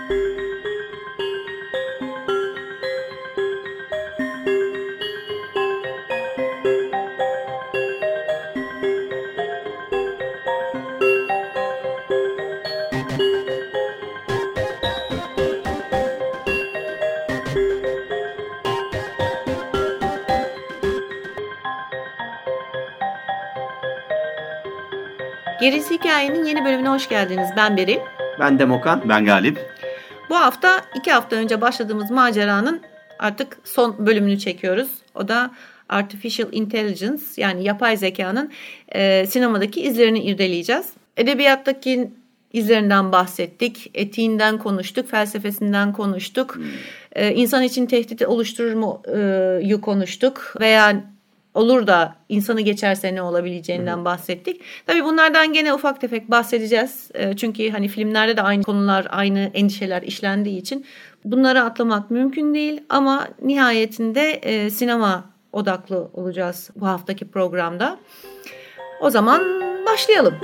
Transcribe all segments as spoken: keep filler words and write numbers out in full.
Gerisi Hikayenin yeni bölümüne hoş geldiniz. Ben Beril. Ben Demokan. Ben Galip. Bu hafta iki hafta önce başladığımız maceranın artık son bölümünü çekiyoruz. O da Artificial Intelligence, yani yapay zekanın e, sinemadaki izlerini irdeleyeceğiz. Edebiyattaki izlerinden bahsettik, etiğinden konuştuk, felsefesinden konuştuk. Hmm. E, insan için tehdit oluşturur mu e, konuştuk veya olur da insanı geçerse ne olabileceğinden Hı-hı. bahsettik. Tabii bunlardan gene ufak tefek bahsedeceğiz. E, çünkü hani filmlerde de aynı konular, aynı endişeler işlendiği için bunları atlamak mümkün değil. Ama nihayetinde e, sinema odaklı olacağız bu haftaki programda. O zaman başlayalım.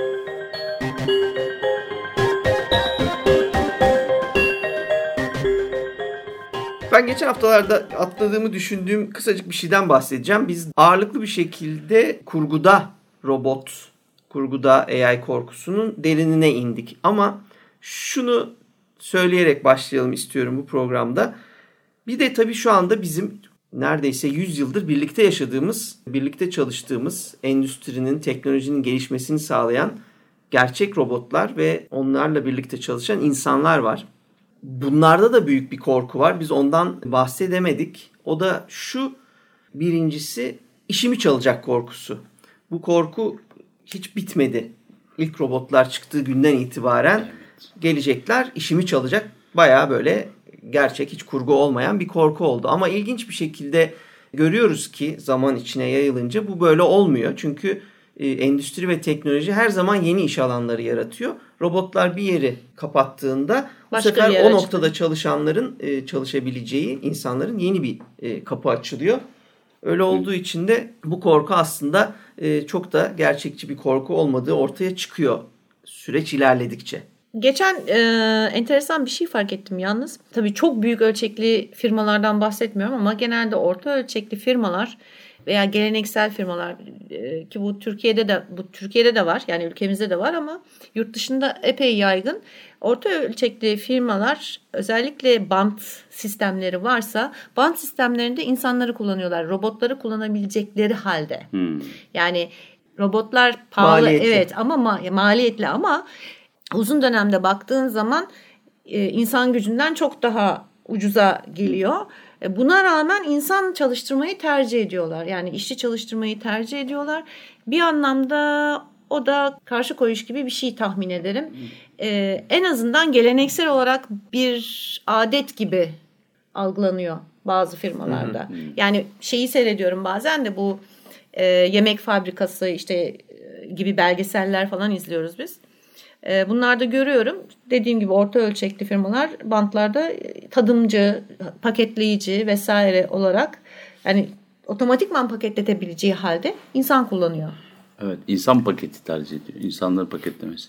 Ben geçen haftalarda atladığımı düşündüğüm kısacık bir şeyden bahsedeceğim. Biz ağırlıklı bir şekilde kurguda robot, kurguda A I korkusunun derinine indik. Ama şunu söyleyerek başlayalım istiyorum bu programda. Bir de tabii şu anda bizim neredeyse yüz yıldır birlikte yaşadığımız, birlikte çalıştığımız endüstrinin, teknolojinin gelişmesini sağlayan gerçek robotlar ve onlarla birlikte çalışan insanlar var. Bunlarda da büyük bir korku var. Biz ondan bahsedemedik. O da şu: birincisi, işimi çalacak korkusu. Bu korku hiç bitmedi. İlk robotlar çıktığı günden itibaren gelecekler, işimi çalacak. Bayağı böyle gerçek, hiç kurgu olmayan bir korku oldu. Ama ilginç bir şekilde görüyoruz ki zaman içine yayılınca bu böyle olmuyor. Çünkü endüstri ve teknoloji her zaman yeni iş alanları yaratıyor. Robotlar bir yeri kapattığında Başka bu sefer o noktada çıkıyor. çalışanların çalışabileceği insanların yeni bir kapı açılıyor. Öyle olduğu için de bu korku aslında çok da gerçekçi bir korku olmadığı ortaya çıkıyor süreç ilerledikçe. Geçen e, enteresan bir şey fark ettim yalnız. Tabii çok büyük ölçekli firmalardan bahsetmiyorum ama genelde orta ölçekli firmalar veya geleneksel firmalar e, ki bu Türkiye'de de bu Türkiye'de de var, yani ülkemizde de var ama yurt dışında epey yaygın. Orta ölçekli firmalar, özellikle bant sistemleri varsa, bant sistemlerinde insanları kullanıyorlar. Robotları kullanabilecekleri halde. Hmm. Yani robotlar pahalı, maliyetli. Evet, ama ma- maliyetli ama uzun dönemde baktığın zaman e, insan gücünden çok daha ucuza geliyor. E, buna rağmen insan çalıştırmayı tercih ediyorlar. Yani işçi çalıştırmayı tercih ediyorlar. Bir anlamda o da karşı koyuş gibi bir şey tahmin ederim. E, en azından geleneksel olarak bir adet gibi algılanıyor bazı firmalarda. Yani şeyi seyrediyorum bazen de, bu e, yemek fabrikası işte e, gibi belgeseller falan izliyoruz biz. Bunlarda görüyorum. Dediğim gibi orta ölçekli firmalar bantlarda tadımcı, paketleyici vesaire olarak, yani otomatikman paketletebileceği halde insan kullanıyor. Evet, insan paketi tercih ediyor. İnsanları paketlemesi.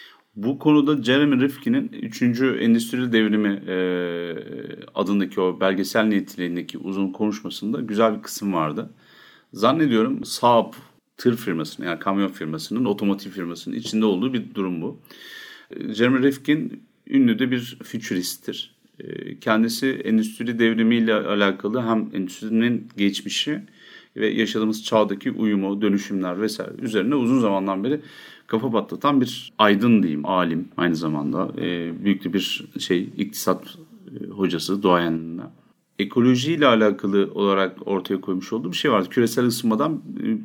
Bu konuda Jeremy Rifkin'in üçüncü Endüstri Devrimi e, adındaki o belgesel niteliğindeki uzun konuşmasında güzel bir kısım vardı. Zannediyorum Saab tır firmasının, yani kamyon firmasının, otomotiv firmasının içinde olduğu bir durum bu. Jeremy Rifkin ünlü de bir fütüristtir. Kendisi endüstri devrimiyle alakalı hem endüstrinin geçmişi ve yaşadığımız çağdaki uyumu, dönüşümler vesaire üzerine uzun zamandan beri kafa patlatan bir aydın diyeyim, alim aynı zamanda. Büyük de bir şey, iktisat hocası, duayenliğinden. Ekolojiyle alakalı olarak ortaya koymuş olduğu bir şey vardı. Küresel ısınmadan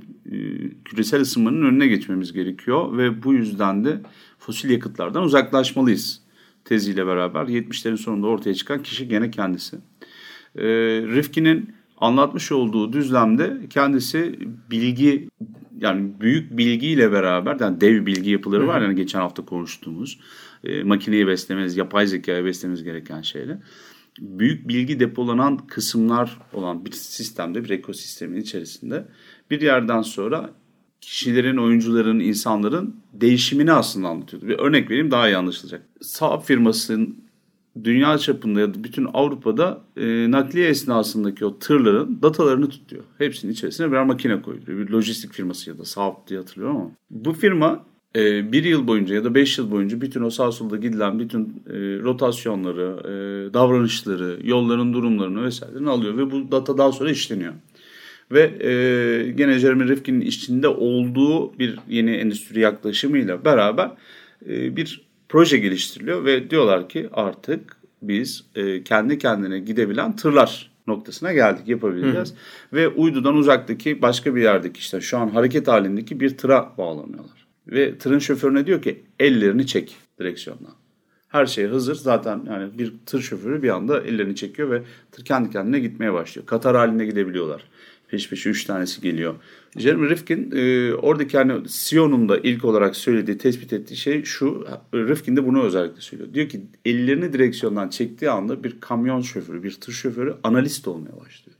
küresel ısınmanın önüne geçmemiz gerekiyor ve bu yüzden de fosil yakıtlardan uzaklaşmalıyız teziyle beraber yetmişlerin sonunda ortaya çıkan kişi gene kendisi. E, Rifkin'in anlatmış olduğu düzlemde kendisi bilgi, yani büyük bilgiyle beraber, yani dev bilgi yapıları var, yani geçen hafta konuştuğumuz e, makineyi beslemeniz, yapay zekayı beslemeniz gereken şeyler. Büyük bilgi depolanan kısımlar olan bir sistemde, bir ekosistemin içerisinde bir yerden sonra kişilerin, oyuncuların, insanların değişimini aslında anlatıyordu. Bir örnek vereyim, daha iyi anlaşılacak. Saab firmasının dünya çapında ya da bütün Avrupa'da e, nakliye esnasındaki o tırların datalarını tutuyor. Hepsinin içerisine birer makine koyuyor. Bir lojistik firması ya da Saab diye hatırlıyorum ama. Bu firma e, bir yıl boyunca ya da beş yıl boyunca bütün o sağ solda gidilen bütün e, rotasyonları, e, davranışları, yolların durumlarını vesairelerini alıyor ve bu data daha sonra işleniyor. Ve e, gene Jeremy Rifkin'in içinde olduğu bir yeni endüstri yaklaşımıyla beraber e, bir proje geliştiriliyor ve diyorlar ki artık biz e, kendi kendine gidebilen tırlar noktasına geldik, yapabileceğiz. Hı. Ve uydudan uzaktaki başka bir yerdeki işte şu an hareket halindeki bir tıra bağlanıyorlar. Ve tırın şoförüne diyor ki ellerini çek direksiyondan. Her şey hazır zaten, yani bir tır şoförü bir anda ellerini çekiyor ve tır kendi kendine gitmeye başlıyor. Katar halinde gidebiliyorlar. Peş peşe üç tanesi geliyor. Jeremy Rifkin e, oradaki hani C E O'nun da ilk olarak söylediği, tespit ettiği şey şu. Rifkin de bunu özellikle söylüyor. Diyor ki ellerini direksiyondan çektiği anda bir kamyon şoförü, bir tır şoförü analist olmaya başlıyor.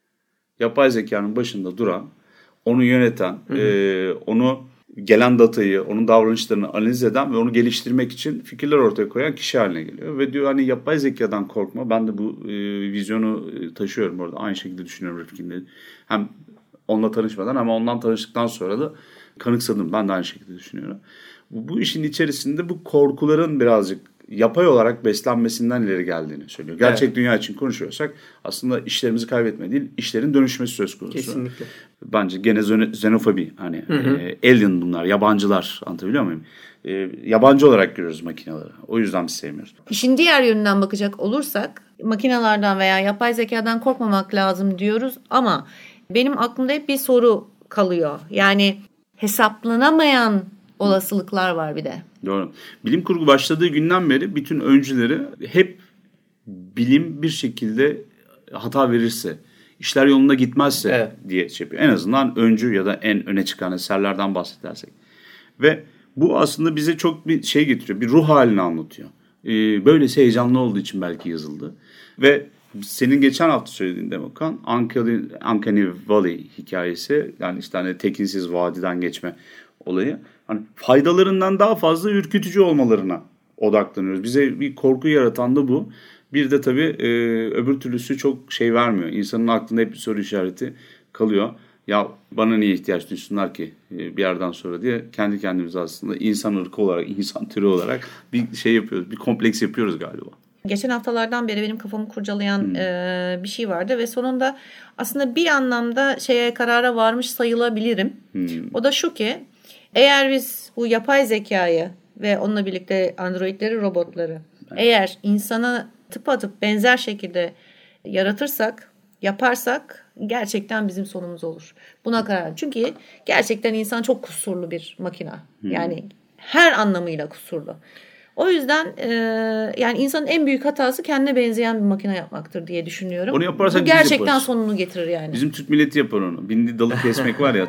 Yapay zekanın başında duran, onu yöneten, e, onu gelen datayı, onun davranışlarını analiz eden ve onu geliştirmek için fikirler ortaya koyan kişi haline geliyor. Ve diyor hani yapay zekadan korkma. Ben de bu e, vizyonu taşıyorum orada. Aynı şekilde düşünüyorum Rifkin'de. Hem onunla tanışmadan ama ondan tanıştıktan sonra da kanıksadım. Ben de aynı şekilde düşünüyorum. Bu, bu işin içerisinde bu korkuların birazcık yapay olarak beslenmesinden ileri geldiğini söylüyor. Gerçek evet. Dünya için konuşuyorsak aslında işlerimizi kaybetme değil, işlerin dönüşmesi söz konusu. Kesinlikle. Bence gene xenofobi, hani hı hı. E, alien bunlar, yabancılar, anlatabiliyor muyum? E, yabancı olarak görüyoruz makineleri. O yüzden biz sevmiyoruz. İşin diğer yönünden bakacak olursak makinelerden veya yapay zekadan korkmamak lazım diyoruz ama benim aklımda hep bir soru kalıyor. Yani hesaplanamayan olasılıklar var bir de. Doğru. Bilim kurgu başladığı günden beri bütün öncüleri hep bilim bir şekilde hata verirse, işler yolunda gitmezse evet. diye şey yapıyor. En azından öncü ya da en öne çıkan eserlerden bahsedersek. Ve bu aslında bize çok bir şey getiriyor. Bir ruh halini anlatıyor. Ee, böylesi heyecanlı olduğu için belki yazıldı. Ve senin geçen hafta söylediğin Demokan, Uncanny, Uncanny Valley hikayesi, yani işte hani tekinsiz vadiden geçme olayı. Hani faydalarından daha fazla ürkütücü olmalarına odaklanıyoruz. Bize bir korku yaratan da bu. Bir de tabii e, öbür türlüsü çok şey vermiyor. İnsanın aklında hep bir soru işareti kalıyor. Ya bana niye ihtiyaç duysunlar ki e, bir yerden sonra diye kendi kendimize aslında insan ırkı olarak, insan türü olarak bir şey yapıyoruz. Bir kompleks yapıyoruz galiba. Geçen haftalardan beri benim kafamı kurcalayan hmm. e, bir şey vardı ve sonunda aslında bir anlamda şeye karara varmış sayılabilirim. Hmm. O da şu ki, eğer biz bu yapay zekayı ve onunla birlikte androidleri, robotları evet. eğer insana tıpatıp benzer şekilde yaratırsak, yaparsak gerçekten bizim sonumuz olur. Buna karar. Çünkü gerçekten insan çok kusurlu bir makina. Hmm. Yani her anlamıyla kusurlu. O yüzden e, yani insanın en büyük hatası kendine benzeyen bir makine yapmaktır diye düşünüyorum. Onu yaparsak bu gerçekten sonunu getirir yani. Bizim Türk milleti yapar onu. Bindi dalı kesmek var ya.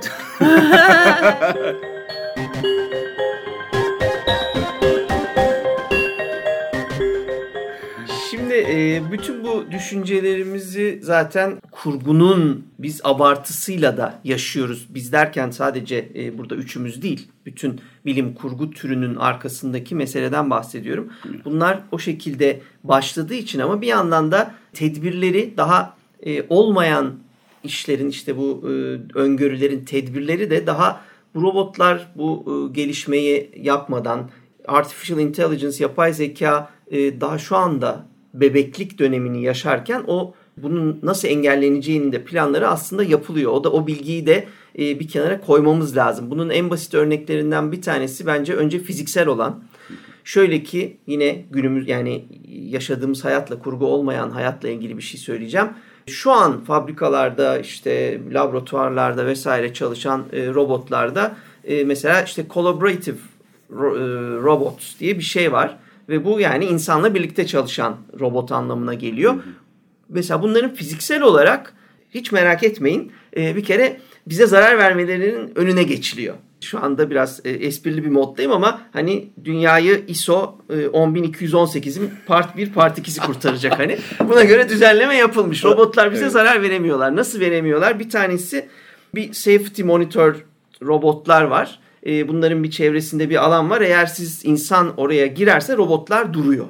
Şimdi e, bütün bu düşüncelerimizi zaten kurgunun biz abartısıyla da yaşıyoruz. Biz derken sadece e, burada üçümüz değil, bütün bilim kurgu türünün arkasındaki meseleden bahsediyorum. Bunlar o şekilde başladığı için ama bir yandan da tedbirleri daha e, olmayan işlerin, işte bu e, öngörülerin tedbirleri de daha bu robotlar bu e, gelişmeyi yapmadan, artificial intelligence, yapay zeka e, daha şu anda bebeklik dönemini yaşarken o bunun nasıl engelleneceğinin de planları aslında yapılıyor. O da o bilgiyi de e, bir kenara koymamız lazım. Bunun en basit örneklerinden bir tanesi bence önce fiziksel olan. Şöyle ki yine günümüz, yani yaşadığımız hayatla, kurgu olmayan hayatla ilgili bir şey söyleyeceğim. Şu an fabrikalarda, işte laboratuvarlarda vesaire çalışan e, robotlarda e, mesela işte collaborative ro- e, robots diye bir şey var. Ve bu yani insanla birlikte çalışan robot anlamına geliyor. Hı hı. Mesela bunların fiziksel olarak hiç merak etmeyin e, bir kere bize zarar vermelerinin önüne geçiliyor. Şu anda biraz e, esprili bir moddayım ama hani dünyayı I S O e, on bin iki yüz on sekizin part bir part ikisi kurtaracak hani. Buna göre düzenleme yapılmış. Robotlar bize evet. zarar veremiyorlar. Nasıl veremiyorlar? Bir tanesi bir safety monitor robotlar var. Bunların bir çevresinde bir alan var. Eğer siz insan oraya girerse robotlar duruyor.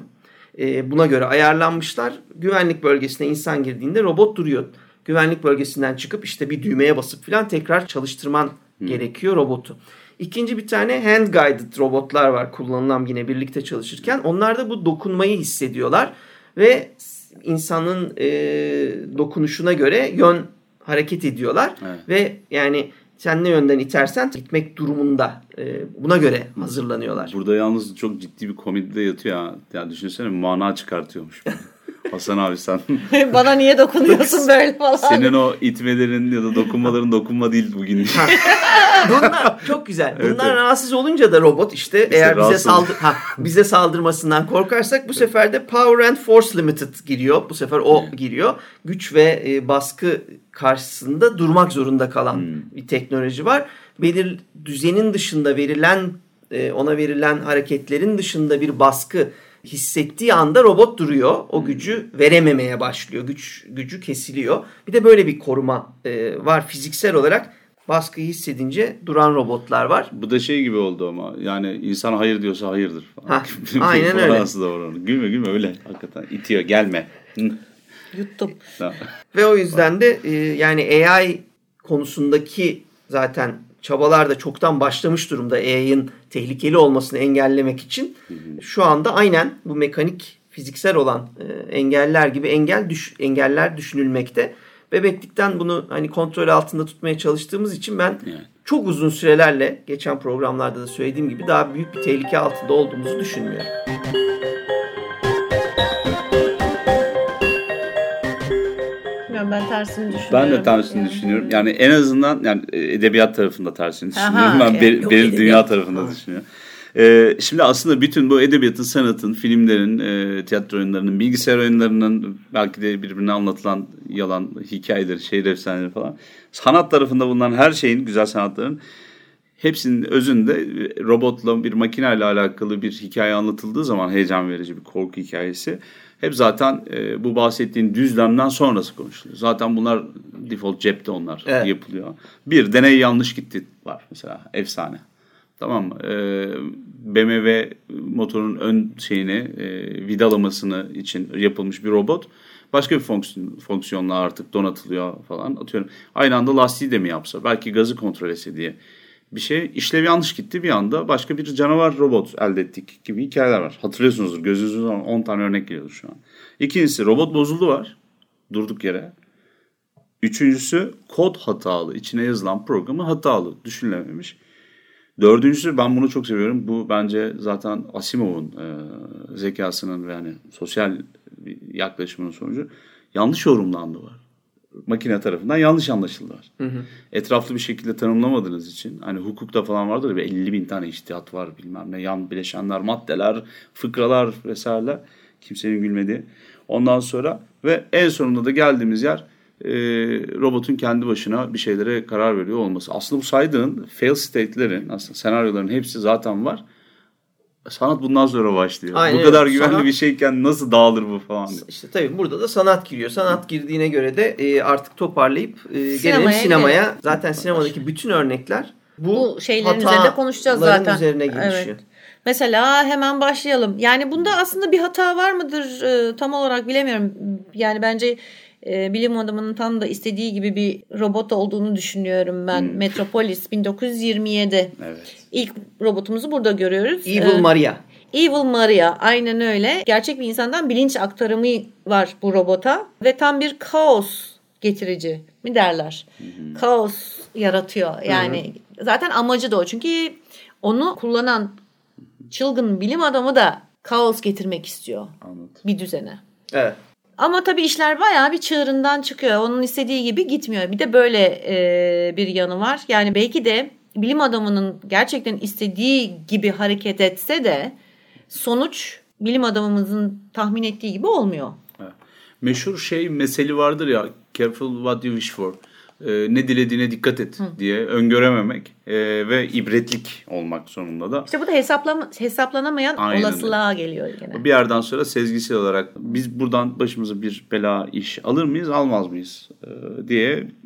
e, buna göre ayarlanmışlar. Güvenlik bölgesine insan girdiğinde robot duruyor. Güvenlik bölgesinden çıkıp işte bir düğmeye basıp falan tekrar çalıştırman hmm. gerekiyor robotu. İkinci bir tane hand guided robotlar var kullanılan yine birlikte çalışırken. Onlar da bu dokunmayı hissediyorlar ve insanın e, dokunuşuna göre yön hareket ediyorlar. Evet. Ve yani sen ne yönden itersen gitmek durumunda. E, buna göre hazırlanıyorlar. Burada yalnız çok ciddi bir komedi de yatıyor ha. Ya düşünsene mana çıkartıyormuş. Hasan abi sen. Bana niye dokunuyorsun böyle falan. Senin o itmelerin ya da dokunmaların dokunma değil bugün. Bunlar çok güzel. Bunlar evet, evet. rahatsız olunca da robot işte, işte eğer bize saldır ha, bize saldırmasından korkarsak bu sefer de Power and Force Limited giriyor. Bu sefer o hmm. giriyor. Güç ve e, baskı karşısında durmak zorunda kalan hmm. bir teknoloji var. Belir düzenin dışında verilen e, ona verilen hareketlerin dışında bir baskı hissettiği anda robot duruyor. O gücü verememeye başlıyor. Güç gücü kesiliyor. Bir de böyle bir koruma e, var fiziksel olarak. Baskıyı hissedince duran robotlar var. Bu da şey gibi oldu ama. Yani insan hayır diyorsa hayırdır falan. Ha, aynen öyle. Gülme gülme öyle. Hakikaten itiyor, gelme. Yuttum. Ve o yüzden de e, yani A I konusundaki zaten çabalar da çoktan başlamış durumda A I'ın tehlikeli olmasını engellemek için. Hı hı. Şu anda aynen bu mekanik, fiziksel olan e, engeller gibi engel düş, engeller düşünülmekte. Bebeklikten bunu hani kontrol altında tutmaya çalıştığımız için ben yani çok uzun sürelerle geçen programlarda da söylediğim gibi daha büyük bir tehlike altında olduğumuzu düşünmüyorum. Ben tersini düşünüyorum. Ben de tersini yani. düşünüyorum. Yani en azından yani edebiyat tarafında tersini düşünüyorum. Aha, ben beril ber, dünya tarafında ha. düşünüyorum. Ee, şimdi aslında bütün bu edebiyatın, sanatın, filmlerin, e, tiyatro oyunlarının, bilgisayar oyunlarının, belki de birbirine anlatılan yalan hikayeleri, şehir efsaneleri falan. Sanat tarafında bulunan her şeyin, güzel sanatların hepsinin özünde robotla, bir makineyle alakalı bir hikaye anlatıldığı zaman heyecan verici bir korku hikayesi. Hep zaten e, bu bahsettiğin düzlemden sonrası konuşuluyor. Zaten bunlar default cepte onlar evet. yapılıyor. Bir, deney yanlış gitti var mesela, efsane. Tamam mı? E, B M W motorun ön şeyini, e, vidalamasını için yapılmış bir robot. Başka bir fonksiyon, fonksiyonla artık donatılıyor falan. Atıyorum aynı anda lastiği de mi yapsa? Belki gazı kontrol etse diye bir şey. İşlev yanlış gitti, bir anda başka bir canavar robot elde ettik gibi hikayeler var. Hatırlıyorsunuzdur, gözünüzün on tane örnek geliyordur şu an. İkincisi robot bozuldu var. Durduk yere. Üçüncüsü kod hatalı. İçine yazılan programı hatalı. Düşünülememiş. Dördüncüsü, ben bunu çok seviyorum. Bu bence zaten Asimov'un e, zekasının ve yani sosyal yaklaşımının sonucu. Yanlış yorumlandı var. Makine tarafından yanlış anlaşıldı var. Hı hı. Etraflı bir şekilde tanımlamadığınız için, hani hukukta falan vardır ya, elli bin tane içtihat var bilmem ne, yan bileşenler, maddeler, fıkralar vesaireler, kimsenin gülmediği. Ondan sonra ve en sonunda da geldiğimiz yer e, robotun kendi başına bir şeylere karar veriyor olması. Aslında bu saydığın fail state'lerin, aslında senaryoların hepsi zaten var. Sanat bundan sonra başlıyor. Aynen, bu kadar güvenli sanat, bir şeyken nasıl dağılır bu falan diye. İşte tabii burada da sanat giriyor. Sanat girdiğine göre de e, artık toparlayıp e, gelelim sinemaya. Gelelim. Zaten sinemadaki bütün örnekler bu, bu şeylerin üzerinde konuşacağız zaten. Üzerine gelişiyor. Evet. Mesela hemen başlayalım. Yani bunda aslında bir hata var mıdır e, tam olarak bilemiyorum. Yani bence e, bilim adamının tam da istediği gibi bir robot olduğunu düşünüyorum ben. Hmm. Metropolis bin dokuz yüz yirmi yedi. Evet. İlk robotumuzu burada görüyoruz. Evil Maria. Evil Maria, aynen öyle. Gerçek bir insandan bilinç aktarımı var bu robota ve tam bir kaos getirici mi derler. Hı-hı. Kaos yaratıyor. Yani Hı-hı. zaten amacı da o. Çünkü onu kullanan çılgın bilim adamı da kaos getirmek istiyor. Anladım. Bir düzene. Evet. Ama tabii işler bayağı bir çığırından çıkıyor. Onun istediği gibi gitmiyor. Bir de böyle e, bir yanı var. Yani belki de bilim adamının gerçekten istediği gibi hareket etse de sonuç bilim adamımızın tahmin ettiği gibi olmuyor. Evet. Meşhur şey mesele vardır ya, careful what you wish for. Ee, ne dilediğine dikkat et Hı. diye öngörememek e, ve ibretlik olmak sonunda da. İşte bu da hesaplama, hesaplanamayan Aynen olasılığa öyle. geliyor gene. Bir yerden sonra sezgisel olarak biz buradan başımıza bir bela iş alır mıyız, almaz mıyız e, diye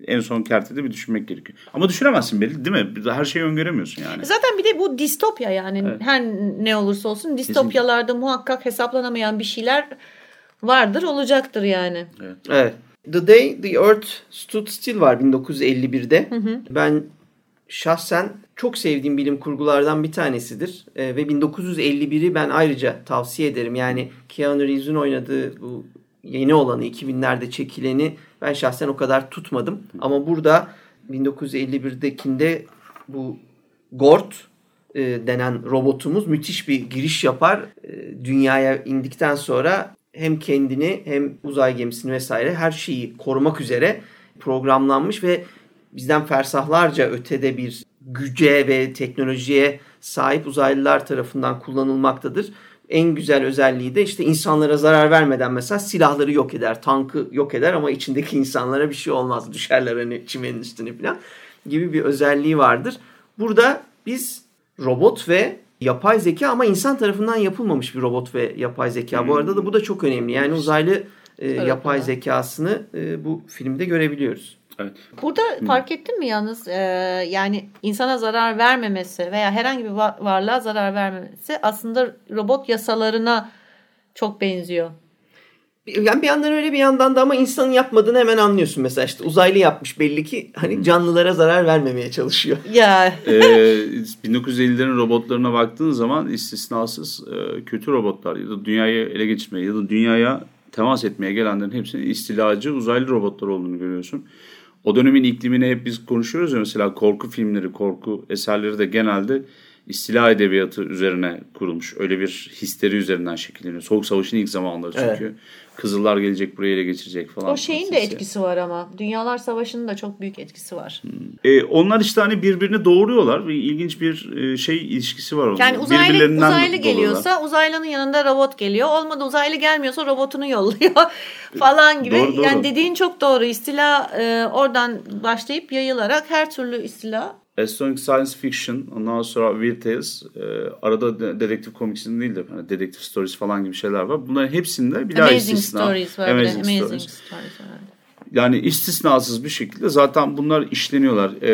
en son kertede bir düşünmek gerekiyor. Ama düşünemezsin belli değil mi? Her şeyi öngöremiyorsun yani. Zaten bir de bu distopya yani evet. Her ne olursa olsun distopyalarda kesinlikle. Muhakkak hesaplanamayan bir şeyler vardır, olacaktır yani. Evet. Evet. The Day the Earth Stood Still var bin dokuz yüz elli birde. Hı hı. Ben şahsen çok sevdiğim bilim kurgulardan bir tanesidir. Ee, ve bin dokuz yüz elli biri ben ayrıca tavsiye ederim. Yani Keanu Reeves'in oynadığı bu yeni olanı, iki binlerde çekileni ben şahsen o kadar tutmadım. Hı. Ama burada bin dokuz yüz elli birdekinde bu Gort e, denen robotumuz müthiş bir giriş yapar. E, dünyaya indikten sonra hem kendini hem uzay gemisini vesaire her şeyi korumak üzere programlanmış ve bizden fersahlarca ötede bir güce ve teknolojiye sahip uzaylılar tarafından kullanılmaktadır. En güzel özelliği de işte insanlara zarar vermeden mesela silahları yok eder, tankı yok eder ama içindeki insanlara bir şey olmaz. Düşerler hani çimenin üstüne falan gibi bir özelliği vardır. Burada biz robot ve yapay zeka ama insan tarafından yapılmamış bir robot ve yapay zeka. Hmm. Bu arada da bu da çok önemli. Yani uzaylı e, yapay ya. zekasını e, bu filmde görebiliyoruz. Evet. Burada hmm. fark ettin mi yalnız e, yani insana zarar vermemesi veya herhangi bir varlığa zarar vermemesi aslında robot yasalarına çok benziyor. Yani bir yandan öyle bir yandan da ama insanın yapmadığını hemen anlıyorsun. Mesela işte uzaylı yapmış belli ki hani canlılara zarar vermemeye çalışıyor. Ya. ee, bin dokuz yüz ellilerin robotlarına baktığın zaman istisnasız e, kötü robotlar ya da dünyayı ele geçirmeye ya da dünyaya temas etmeye gelenlerin hepsinin istilacı uzaylı robotlar olduğunu görüyorsun. O dönemin iklimini hep biz konuşuyoruz ya, mesela korku filmleri, korku eserleri de genelde istila edebiyatı üzerine kurulmuş. Öyle bir histeri üzerinden şekilleniyor. Soğuk Savaş'ın ilk zamanları çünkü. Evet. Kızıllar gelecek, buraya ele geçirecek falan. O şeyin de etkisi var ama. Dünyalar Savaşı'nın da çok büyük etkisi var. Hmm. E, onlar işte hani birbirini doğuruyorlar ve ilginç bir şey ilişkisi var onların. Yani uzaylı, uzaylı geliyorsa uzaylının yanında robot geliyor. Olmadı uzaylı gelmiyorsa robotunu yolluyor falan gibi. Doğru, doğru. Yani dediğin çok doğru. İstila e, oradan başlayıp yayılarak her türlü istila. Astronomic Science Fiction, ondan sonra Weird Tales, e, arada de, dedektif komiksinin değil de yani dedektif stories falan gibi şeyler var. Bunların hepsinde bir daha istisna. Stories var Amazing, Amazing Stories. Stories var. Yani istisnasız bir şekilde zaten bunlar işleniyorlar. E,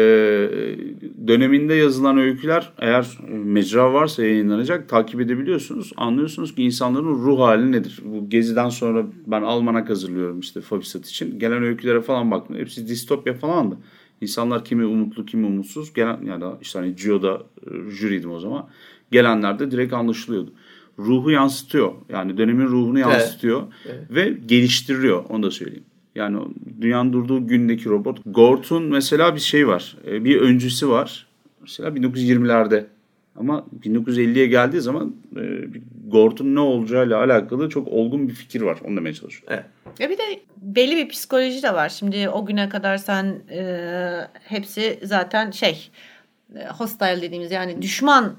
döneminde yazılan öyküler eğer mecra varsa yayınlanacak, takip edebiliyorsunuz. Anlıyorsunuz ki insanların ruh hali nedir? Bu Gezi'den sonra ben almanak hazırlıyorum işte Fabisat için. Gelen öykülere falan baktım. Hepsi distopya falandı. İnsanlar kimi umutlu kimi umutsuz. Gelen, yani işte hani Geo'da jüriydim o zaman. Gelenler de direkt anlaşılıyordu. Ruhu yansıtıyor. Yani dönemin ruhunu yansıtıyor. Evet, evet. Ve geliştiriyor. Onu da söyleyeyim. Yani dünyanın durduğu gündeki robot. Gort'un mesela bir şey var. Bir öncüsü var. Mesela bin dokuz yüz yirmilerde. Ama bin dokuz yüz elliye geldiği zaman e, Gort'un ne olacağıyla alakalı çok olgun bir fikir var. Onu demeye çalışıyorum. Evet. Ya bir de belli bir psikoloji de var. Şimdi o güne kadar sen e, hepsi zaten şey e, hostile dediğimiz yani düşman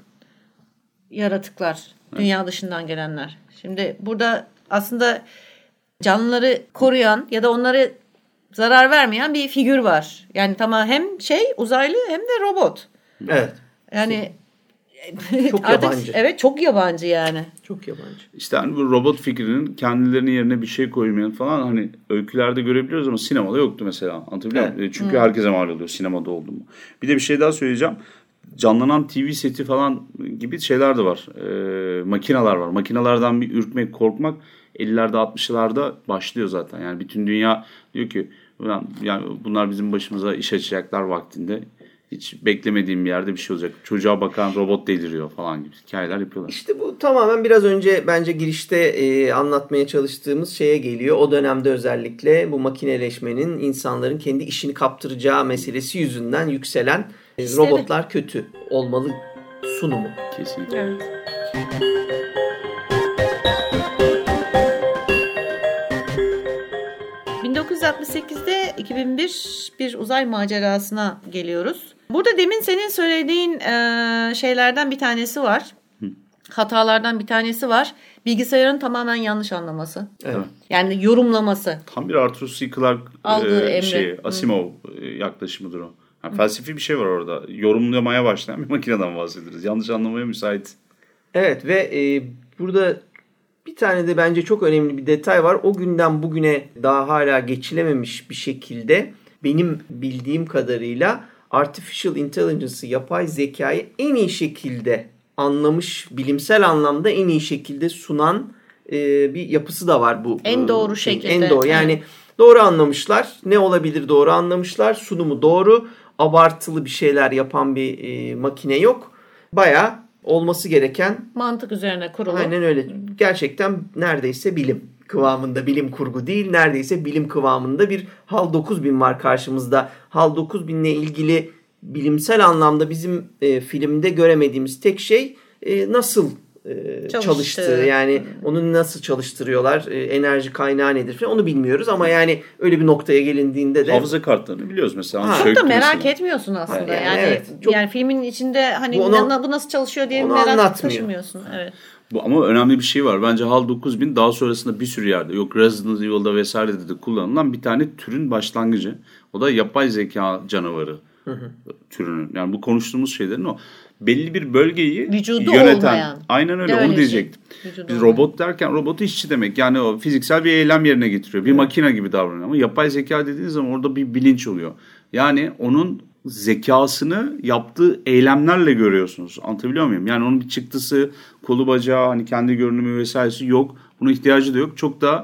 yaratıklar. Evet. Dünya dışından gelenler. Şimdi burada aslında canlıları koruyan ya da onları zarar vermeyen bir figür var. Yani tamam hem şey uzaylı hem de robot. Evet. Yani çok artık, yabancı. Evet çok yabancı yani. Çok yabancı. İşte hani bu robot fikrinin kendilerinin yerine bir şey koymayan falan hani öykülerde görebiliyoruz ama sinemada yoktu mesela. Anlatabiliyor muyum? Evet. Çünkü hmm. herkese mal oluyor sinemada oldu mu. Bir de bir şey daha söyleyeceğim. Canlanan T V seti falan gibi şeyler de var. Ee, makineler var. Makinelerden bir ürkmek, korkmak ellilerde altmışlarda başlıyor zaten. Yani bütün dünya diyor ki yani bunlar bizim başımıza iş açacaklar vaktinde. Hiç beklemediğim bir yerde bir şey olacak. Çocuğa bakan robot deliriyor falan gibi hikayeler yapıyorlar. İşte bu tamamen biraz önce bence girişte e, anlatmaya çalıştığımız şeye geliyor. O dönemde özellikle bu makineleşmenin insanların kendi işini kaptıracağı meselesi yüzünden yükselen e, robotlar kötü olmalı sunumu. Kesinlikle. Evet. bin dokuz yüz altmış sekizde iki bin bir bir uzay macerasına geliyoruz. Burada demin senin söylediğin e, şeylerden bir tanesi var. Hı. Hatalardan bir tanesi var. Bilgisayarın tamamen yanlış anlaması. Evet. Yani yorumlaması. Tam bir Arthur C. Clarke e, şey, Asimov Hı. yaklaşımıdır o. Yani felsefi bir şey var orada. Yorumlamaya başlayan bir makineden bahsederiz. Yanlış anlamaya müsait. Evet ve e, burada bir tane de bence çok önemli bir detay var. O günden bugüne daha hala geçilememiş bir şekilde benim bildiğim kadarıyla Artificial Intelligence'ı, yapay zekayı en iyi şekilde anlamış, bilimsel anlamda en iyi şekilde sunan e, bir yapısı da var bu. En doğru şekilde. En doğru. Yani evet. Doğru anlamışlar. Ne olabilir doğru anlamışlar. Sunumu doğru. Abartılı bir şeyler yapan bir e, makine yok. Bayağı olması gereken mantık üzerine kurulu. Aynen öyle. Gerçekten neredeyse bilim kıvamında, bilim kurgu değil, neredeyse bilim kıvamında bir HAL dokuz bin var karşımızda. HAL dokuz bin ile ilgili bilimsel anlamda bizim e, filmde göremediğimiz tek şey e, nasıl e, çalıştığı. Yani onu nasıl çalıştırıyorlar, e, enerji kaynağı nedir falan onu bilmiyoruz ama yani öyle bir noktaya gelindiğinde de hafıza kartlarını biliyoruz mesela. Ha. Çok da merak mesela. etmiyorsun aslında. Yani, yani, evet, çok, yani filmin içinde hani bu, ona, bu nasıl çalışıyor diye merak taşımıyorsun. Evet. Bu, ama önemli bir şey var. Bence HAL dokuz bin daha sonrasında bir sürü yerde, yok Resident Evil'da vesairede de kullanılan bir tane türün başlangıcı. O da yapay zeka canavarı hı hı. türünün. Yani bu konuştuğumuz şeylerin o. Belli bir bölgeyi vücudu yöneten. Olmayan. Aynen öyle, onu diyecektim. Şey. Biz robot derken robotu işçi demek. Yani o fiziksel bir eylem yerine getiriyor. Bir evet. makine gibi davranıyor. Ama yapay zeka dediğiniz zaman orada bir bilinç oluyor. Yani onun zekasını yaptığı eylemlerle görüyorsunuz. Anlatabiliyor muyum? Yani onun bir çıktısı, kolu bacağı, hani kendi görünümü vesairesi yok. Buna ihtiyacı da yok. Çok da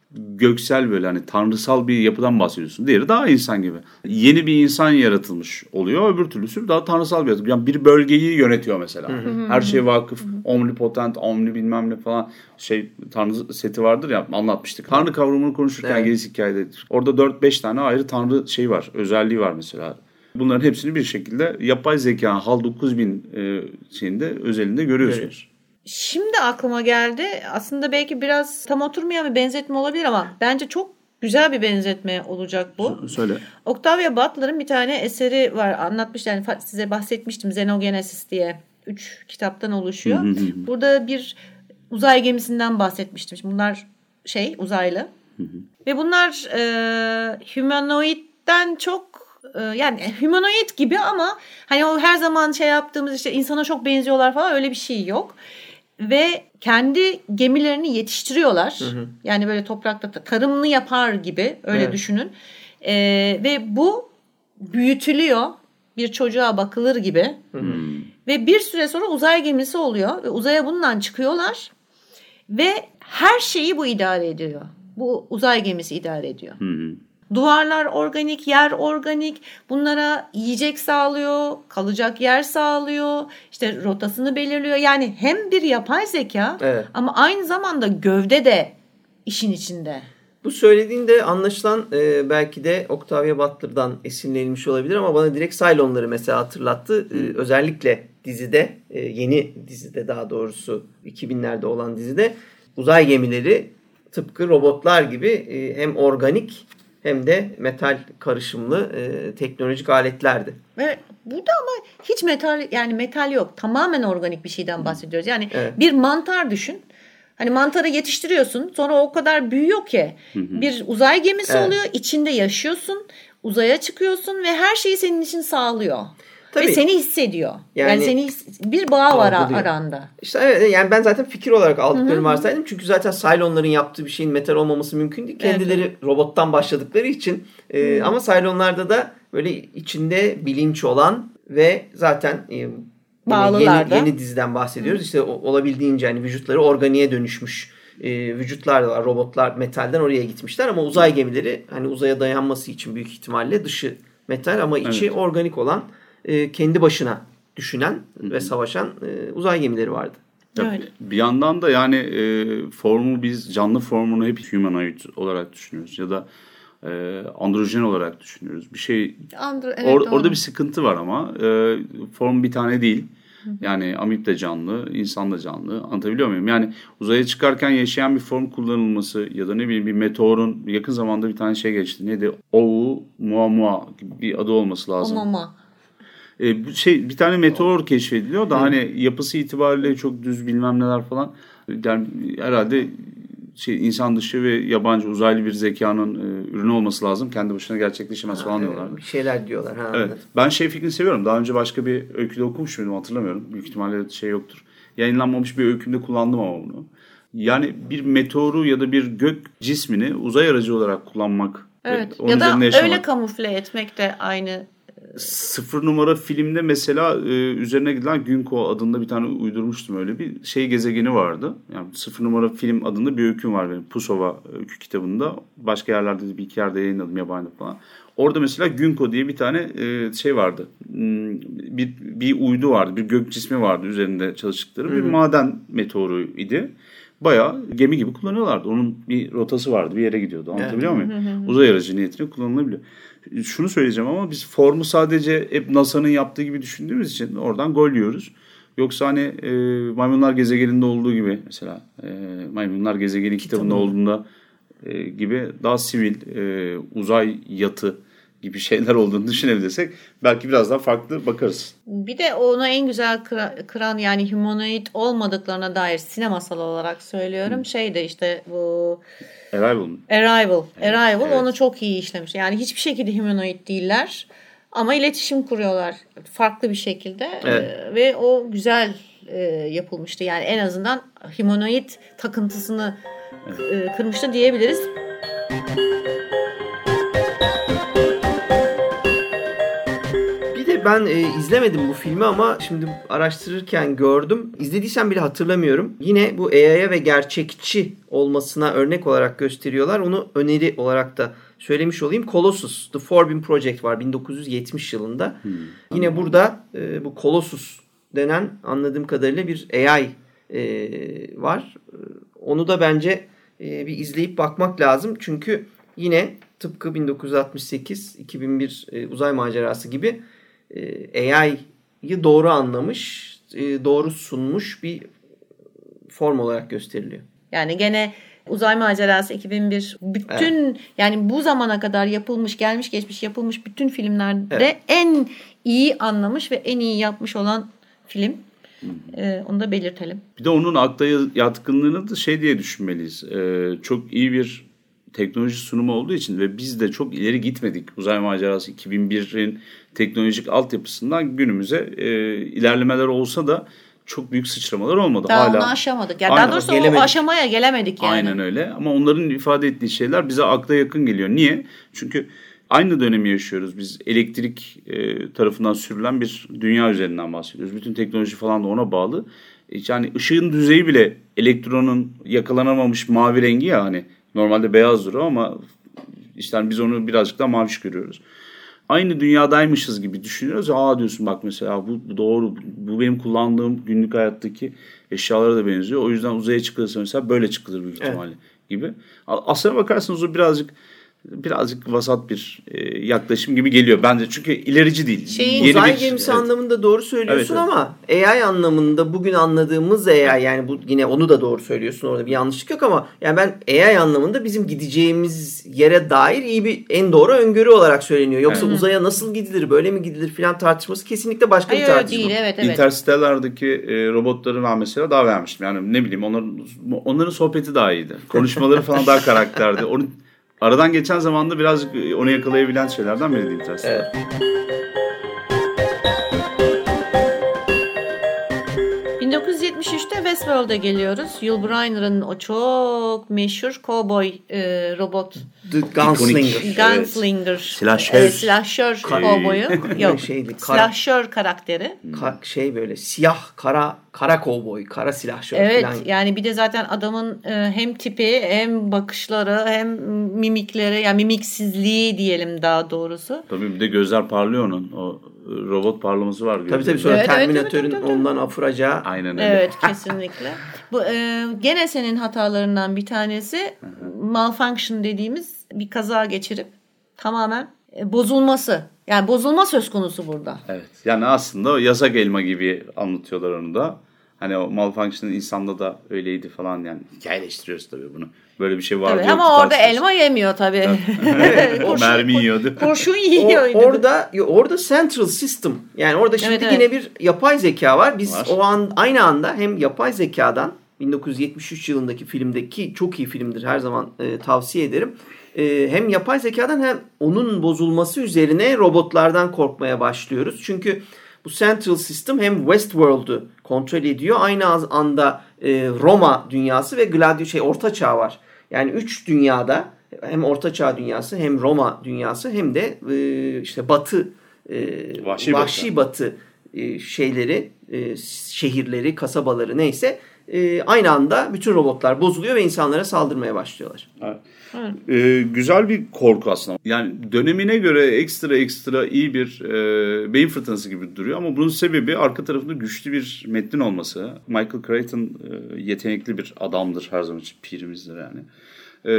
göksel, böyle hani tanrısal bir yapıdan bahsediyorsun. Diğeri daha insan gibi. Yeni bir insan yaratılmış oluyor. Öbür türlüsü daha tanrısal bir yaratık. Yani bir bölgeyi yönetiyor mesela. Hı hı. Her şeye vakıf. Hı hı. Omnipotent, omni bilmem ne falan şey tanrı seti vardır ya, anlatmıştık. Tanrı kavramını konuşurken evet. Geniş hikayededir. Orada dört beş tane ayrı tanrı şey var. Özelliği var mesela. Bunların hepsini bir şekilde yapay zeka HAL dokuz bin e, şeyinde özelinde görüyorsunuz. Evet. Şimdi aklıma geldi. Aslında belki biraz tam oturmayan bir benzetme olabilir ama bence çok güzel bir benzetme olacak bu. Söyle. Octavia Butler'ın bir tane eseri var. Anlatmış, yani size bahsetmiştim, Xenogenesis diye. Üç kitaptan oluşuyor. Burada bir uzay gemisinden bahsetmiştim. Bunlar şey uzaylı. Ve bunlar e, humanoidden çok yani humanoid gibi ama hani o her zaman şey yaptığımız işte insana çok benziyorlar falan, öyle bir şey yok. Ve kendi gemilerini yetiştiriyorlar. Hı hı. Yani böyle toprakta tarımını yapar gibi öyle evet. düşünün. Ee, ve bu büyütülüyor. Bir çocuğa bakılır gibi. Hı hı. Ve bir süre sonra uzay gemisi oluyor. Ve uzaya bundan çıkıyorlar. Ve her şeyi bu idare ediyor. Bu uzay gemisi idare ediyor. Hı hı. Duvarlar organik, yer organik. Bunlara yiyecek sağlıyor, kalacak yer sağlıyor. İşte rotasını belirliyor. Yani hem bir yapay zeka evet. ama aynı zamanda gövde de işin içinde. Bu söylediğinde anlaşılan e, belki de Octavia Butler'dan esinlenilmiş olabilir ama bana direkt Cylon'ları mesela hatırlattı. E, özellikle dizide, e, yeni dizide daha doğrusu iki binlerde olan dizide uzay gemileri tıpkı robotlar gibi e, hem organik hem de metal karışımlı e, teknolojik aletlerdi. Evet, burada ama hiç metal, yani metal yok. Tamamen organik bir şeyden bahsediyoruz. Yani evet. bir mantar düşün. Hani mantarı yetiştiriyorsun. Sonra o kadar büyüyor ki hı hı. bir uzay gemisi evet. oluyor. İçinde yaşıyorsun. Uzaya çıkıyorsun ve her şeyi senin için sağlıyor. Tabii. Ve seni hissediyor. Yani, yani seni his- bir bağ var aranda. İşte evet, yani ben zaten fikir olarak aldıklarını varsaydım. Çünkü zaten Cylon'ların yaptığı bir şeyin metal olmaması mümkün değil. Kendileri evet. robottan başladıkları için. E, ama Cylon'larda da böyle içinde bilinç olan ve zaten e, yeni, yeni diziden bahsediyoruz. Hı. İşte olabildiğince hani vücutları organiğe dönüşmüş e, vücutlar da var. Robotlar metalden oraya gitmişler ama uzay gemileri hani uzaya dayanması için büyük ihtimalle dışı metal ama içi evet. organik olan, e, kendi başına düşünen Hı-hı. ve savaşan e, uzay gemileri vardı. Evet. Bir yandan da yani e, formu biz canlı formunu hep humanoid olarak düşünüyoruz ya da e, androjen olarak düşünüyoruz. Bir şey Andro, evet, or, orada bir sıkıntı var ama e, form bir tane değil. Yani amip de canlı, insan da canlı. Anlatabiliyor muyum? Yani uzaya çıkarken yaşayan bir form kullanılması ya da ne bileyim bir meteorun yakın zamanda bir tane şey geçti. Neydi? Oumuamua gibi bir adı olması lazım. Oumuamua. Ee, şey bir tane meteor keşfediliyor da Hı. hani yapısı itibariyle çok düz bilmem neler falan. Yani herhalde şey insan dışı ve yabancı uzaylı bir zekanın e, ürünü olması lazım. Kendi başına gerçekleşemez ha, falan evet, diyorlar. Bir şeyler diyorlar. Ha, evet. Ben şey fikrini seviyorum. Daha önce başka bir öyküde okumuş muydum hatırlamıyorum. Büyük ihtimalle şey yoktur. Yayınlanmamış bir öykümde kullandım ama bunu. Yani bir meteoru ya da bir gök cismini uzay aracı olarak kullanmak Evet. Ya da öyle kamufle etmek de aynı. Sıfır numara filmde mesela e, üzerine gidilen Günko adında bir tane uydurmuştum, öyle bir şey gezegeni vardı. Yani sıfır numara film adında bir öyküm var benim Pusova öykü kitabında. Başka yerlerde de bir iki yerde yayınladım, yabancı falan. Orada mesela Günko diye bir tane e, şey vardı. Bir, bir uydu vardı, bir gök cismi vardı üzerinde çalıştıkları. Hı-hı. Bir maden meteoru idi. Bayağı gemi gibi kullanıyorlardı. Onun bir rotası vardı, bir yere gidiyordu. Anlatabiliyor muyum? Uzay aracı niyetine kullanılabiliyor. Şunu söyleyeceğim ama biz formu sadece hep NASA'nın yaptığı gibi düşündüğümüz için oradan gol yiyoruz. Yoksa hani e, Maymunlar Gezegeninde olduğu gibi mesela e, Maymunlar Gezegeni kitabında olduğunda e, gibi daha sivil e, uzay yatı gibi şeyler olduğunu düşünebilirsek belki biraz daha farklı bakarız. Bir de onu en güzel kıran, yani humanoid olmadıklarına dair sinemasal olarak söylüyorum. Hmm. Şey de işte bu Arrival. Arrival. Evet, Arrival evet. Onu çok iyi işlemiş. Yani hiçbir şekilde humanoid değiller ama iletişim kuruyorlar farklı bir şekilde. Evet. Ee, ve o güzel e, yapılmıştı. Yani en azından humanoid takıntısını evet. e, kırmıştı diyebiliriz. Ben e, izlemedim bu filmi ama şimdi araştırırken gördüm. İzlediysem bile hatırlamıyorum. Yine bu A I'ye ve gerçekçi olmasına örnek olarak gösteriyorlar. Onu öneri olarak da söylemiş olayım. Colossus, The Forbidden Project var bin dokuz yüz yetmiş yılında. Hmm. Yine burada e, bu Colossus denen anladığım kadarıyla bir A I e, var. Onu da bence e, bir izleyip bakmak lazım. Çünkü yine tıpkı bin dokuz yüz altmış sekiz iki bin bir e, uzay macerası gibi A I'yi doğru anlamış, doğru sunmuş bir form olarak gösteriliyor. Yani gene Uzay Macerası iki bin bir bütün evet. yani bu zamana kadar yapılmış, gelmiş geçmiş yapılmış bütün filmlerde evet. en iyi anlamış ve en iyi yapmış olan film. Ee, onu da belirtelim. Bir de onun akla yatkınlığını da şey diye düşünmeliyiz. Ee, çok iyi bir teknoloji sunumu olduğu için ve biz de çok ileri gitmedik. Uzay Macerası iki bin birin teknolojik altyapısından günümüze e, ilerlemeler olsa da çok büyük sıçramalar olmadı. Daha Hala, onu aşamadık. Yani daha doğrusu gelemedik. O aşamaya gelemedik yani. Aynen öyle ama onların ifade ettiği şeyler bize akla yakın geliyor. Niye? Çünkü aynı dönemi yaşıyoruz. Biz elektrik e, tarafından sürülen bir dünya üzerinden bahsediyoruz. Bütün teknoloji falan da ona bağlı. E, yani ışığın düzeyi bile elektronun yakalanamamış mavi rengi ya hani. Normalde beyazdır o ama işte hani biz onu birazcık daha maviş görüyoruz. Aynı dünyadaymışız gibi düşünüyoruz. Aa diyorsun bak mesela bu doğru, bu benim kullandığım günlük hayattaki eşyalara da benziyor. O yüzden uzaya çıkılırsa mesela böyle çıkılır büyük ihtimalle evet. gibi. Aslına bakarsanız o birazcık birazcık vasat bir e, yaklaşım gibi geliyor bence. Çünkü ilerici değil. Şeyin, Yeni uzay bir, gemisi evet. anlamında doğru söylüyorsun evet, ama evet. A I anlamında bugün anladığımız A I yani bu yine onu da doğru söylüyorsun. Orada bir yanlışlık yok ama yani ben A I anlamında bizim gideceğimiz yere dair iyi bir en doğru öngörü olarak söyleniyor. Yoksa evet. uzaya nasıl gidilir, böyle mi gidilir filan tartışması kesinlikle başka Hayır, bir tartışma. Değil, evet, evet. Interstellar'daki e, robotları ben mesela daha beğenmiştim. Yani ne bileyim onların onların sohbeti daha iyiydi. Konuşmaları falan daha karakterdi. Onu aradan geçen zamanda birazcık onu yakalayabilen şeylerden biri değil Interstellar. Evet. bin dokuz yüz yetmiş üçte Westworld'a geliyoruz. Yul Brynner'ın o çok meşhur cowboy e, robot. The Gunslinger. Gunslinger. Evet. Slasher. E, slasher cowboyu. Yok. Şeydi, kara, slasher karakteri. Ka- şey böyle siyah kara kara cowboy, kara silahşör evet, falan. Evet yani bir de zaten adamın e, hem tipi hem bakışları hem mimikleri yani mimiksizliği diyelim daha doğrusu. Tabii bir de gözler parlıyor onun. O robot parlaması var. Tabii tabii sonra evet, Terminator'ın evet, evet, evet, ondan afuracağı. Aynen öyle. Evet kesinlikle. Bu e, gene senin hatalarından bir tanesi malfunction dediğimiz bir kaza geçirip tamamen e, bozulması. Yani bozulma söz konusu burada. Evet. Yani aslında yasak elma gibi anlatıyorlar onu da. Hani o malfunction'ın insanda da öyleydi falan yani. Hikayeleştiriyoruz tabii bunu. Böyle bir şey vardı. Ama orada elma yemiyor tabii. tabii. O mermi yiyordu. Kurşun yiyordu. O, orada orada central system. Yani orada şimdi evet, yine evet. bir yapay zeka var. Biz var. o an aynı anda hem yapay zekadan bin dokuz yüz yetmiş üç yılındaki filmdeki çok iyi filmdir. Her zaman e, tavsiye ederim. E, hem yapay zekadan hem onun bozulması üzerine robotlardan korkmaya başlıyoruz. Çünkü bu Central System hem Westworld'u kontrol ediyor. Aynı anda e, Roma dünyası ve Gladio şey Orta Çağ var. Yani üç dünyada hem Orta Çağ dünyası hem Roma dünyası hem de e, işte Batı e, Vahşi, Vahşi Batı, batı e, şeyleri, e, şehirleri, kasabaları neyse e, aynı anda bütün robotlar bozuluyor ve insanlara saldırmaya başlıyorlar. Evet. Evet. Ee, güzel bir korku aslında. Yani dönemine göre ekstra ekstra iyi bir e, beyin fırtınası gibi duruyor ama bunun sebebi arka tarafında güçlü bir metnin olması. Michael Crichton e, yetenekli bir adamdır, her zaman için pirimizdir yani. Ee,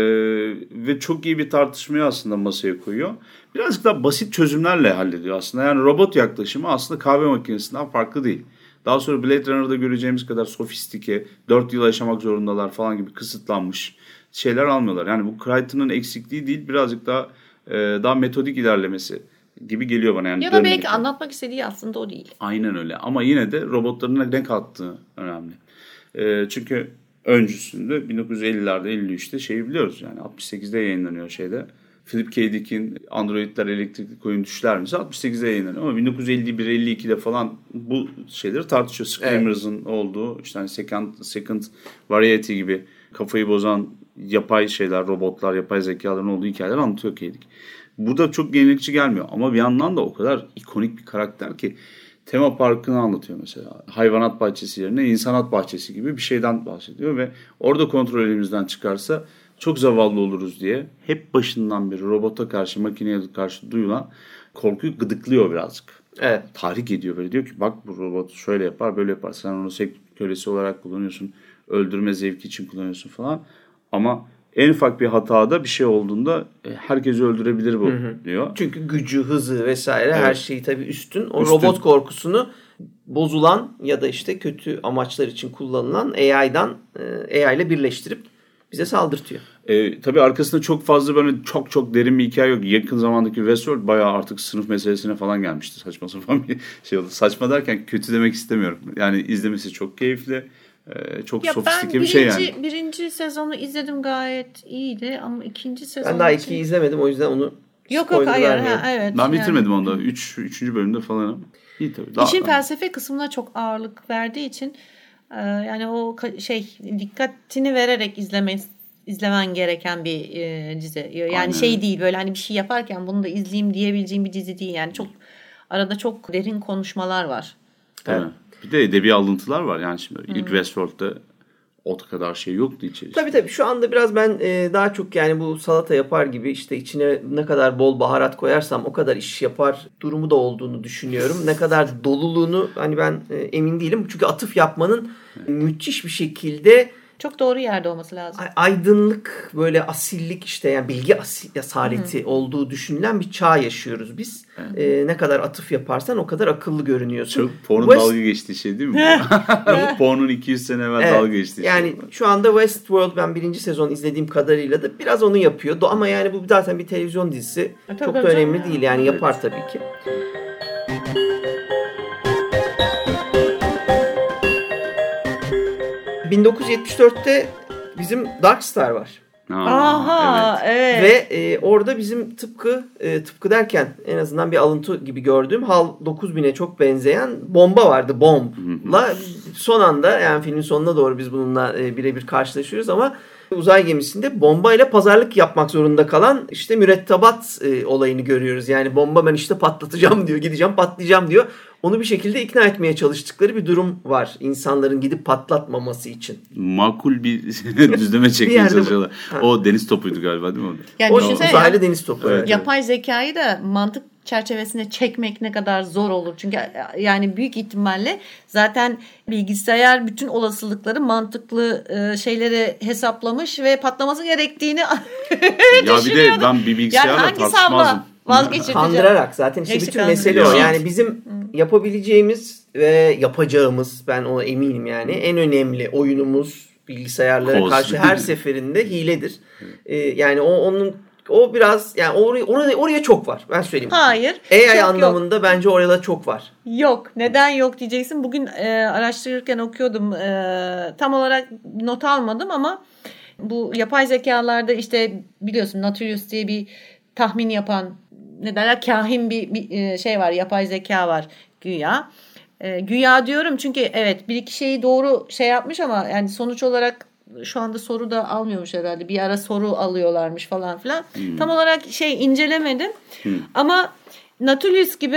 ve çok iyi bir tartışmayı aslında masaya koyuyor. Birazcık daha basit çözümlerle hallediyor aslında. Yani robot yaklaşımı aslında kahve makinesinden farklı değil. Daha sonra Blade Runner'da göreceğimiz kadar sofistike, dört yıl yaşamak zorundalar falan gibi kısıtlanmış şeyler almıyorlar. Yani bu Crichton'ın eksikliği değil, birazcık daha e, daha metodik ilerlemesi gibi geliyor bana. Yani ya da belki anlatmak istediği aslında o değil. Aynen öyle, ama yine de robotların ne kattığı önemli. E, çünkü öncüsünde bin dokuz yüz ellilerde elli üçte şeyi biliyoruz, yani altmış sekizde yayınlanıyor şeyde. Philip K. Dick'in Androidler Elektrikli Koyun Düşler mi? altmış sekizde yayınlanıyor ama bin dokuz yüz elli bir elli ikide falan bu şeyleri tartışıyor. Screamers'ın evet. olduğu, işte hani second, second Variety gibi kafayı bozan yapay şeyler, robotlar, yapay zekaların olduğu hikayeler anlatıyor K. Dick. Burada çok yenilikçi gelmiyor ama bir yandan da o kadar ikonik bir karakter ki tema parkını anlatıyor mesela. Hayvanat bahçesi yerine insanat bahçesi gibi bir şeyden bahsediyor ve orada kontrol elimizden çıkarsa çok zavallı oluruz diye hep başından beri robota karşı, makineye karşı duyulan korkuyu gıdıklıyor birazcık. Evet. Tahrik ediyor, böyle diyor ki bak bu robot şöyle yapar, böyle yapar. Sen onu seks kölesi olarak kullanıyorsun, öldürme zevki için kullanıyorsun falan. Ama en ufak bir hatada bir şey olduğunda herkesi öldürebilir bu, hı hı. diyor. Çünkü gücü, hızı vesaire evet. her şeyi tabii üstün. O üstün. Robot korkusunu bozulan ya da işte kötü amaçlar için kullanılan A I'dan A I ile birleştirip bize saldırtıyor. E, tabii arkasında çok fazla böyle çok çok derin bir hikaye yok. Yakın zamandaki Westworld bayağı artık sınıf meselesine falan gelmişti. Saçma sapan bir şey oldu. Saçma derken kötü demek istemiyorum. Yani izlemesi çok keyifli. E, çok ya sofistike bir şey yani. Birinci sezonu izledim, gayet iyiydi ama ikinci sezon... Ben daha ikiyi için... izlemedim, o yüzden onu yok yok hayır ha, evet. Ben bitirmedim yani. Onu da. Üç, üçüncü bölümde falan. İyi tabii. Daha, İşin felsefe kısmına çok ağırlık verdiği için yani o şey dikkatini vererek izlemeyi izlemen gereken bir e, dizi. Yani aynen. Şey değil, böyle hani bir şey yaparken bunu da izleyeyim diyebileceğim bir dizi değil. Yani çok arada çok derin konuşmalar var. Evet. Bir de edebi alıntılar var. Yani şimdi hmm. ilk Westworld'da o kadar şey yoktu içerisinde. Tabii tabii. Şu anda biraz ben e, daha çok yani bu salata yapar gibi işte içine ne kadar bol baharat koyarsam o kadar iş yapar durumu da olduğunu düşünüyorum. Ne kadar doluluğunu hani ben e, emin değilim. Çünkü atıf yapmanın evet. müthiş bir şekilde çok doğru yerde olması lazım. Aydınlık, böyle asillik, işte yani bilgi asaleti olduğu düşünülen bir çağ yaşıyoruz biz. Evet. Ee, ne kadar atıf yaparsan o kadar akıllı görünüyorsun. Çok pornun West... dalga geçtiği şey değil mi bu? Pornun iki yüz sene evvel evet. dalga geçtiği yani şey. Yani şu anda Westworld, ben birinci sezon izlediğim kadarıyla da biraz onu yapıyor. Ama yani bu zaten bir televizyon dizisi. E, çok da önemli ya. değil yani, yapar evet. tabii ki. bin dokuz yüz yetmiş dörtte bizim Dark Star var. Aha, evet. evet. Ve e, orada bizim tıpkı e, tıpkı derken en azından bir alıntı gibi gördüğüm H A L dokuz bine çok benzeyen bomba vardı. Bomb'la son anda, yani filmin sonuna doğru biz bununla e, birebir karşılaşıyoruz ama uzay gemisinde bombayla pazarlık yapmak zorunda kalan işte mürettebat e, olayını görüyoruz. Yani bomba ben işte patlatacağım diyor, gideceğim patlayacağım diyor. Onu bir şekilde ikna etmeye çalıştıkları bir durum var. İnsanların gidip patlatmaması için. Makul bir düzleme çekmeye çalışıyorlar. O deniz topuydu galiba değil mi? Yani o uzaylı ya, deniz topu. Evet. Yapay zekayı da mantık çerçevesine çekmek ne kadar zor olur. Çünkü yani büyük ihtimalle zaten bilgisayar bütün olasılıkları, mantıklı şeyleri hesaplamış ve patlaması gerektiğini ya bir de ben bir bilgisayarla yani tartışmazdım. Kandırarak zaten işte bütün mesele o. Yani bizim yapabileceğimiz ve yapacağımız, ben ona eminim yani, en önemli oyunumuz bilgisayarlara Koz. karşı her seferinde hiledir. Ee, yani o onun o biraz yani oraya, oraya oraya çok var. Ben söyleyeyim. Hayır. A I anlamında yok. Bence orada çok var. Yok. Neden yok diyeceksin. Bugün e, araştırırken okuyordum. E, tam olarak not almadım ama bu yapay zekalarda işte biliyorsun Nautilus diye bir tahmin yapan, ne derler, kahin bir, bir şey var, yapay zeka var güya. E, güya diyorum çünkü evet bir iki şeyi doğru şey yapmış ama yani sonuç olarak şu anda soru da almıyormuş herhalde. Bir ara soru alıyorlarmış falan filan. Hmm. Tam olarak şey incelemedim. Hmm. Ama Nautilus gibi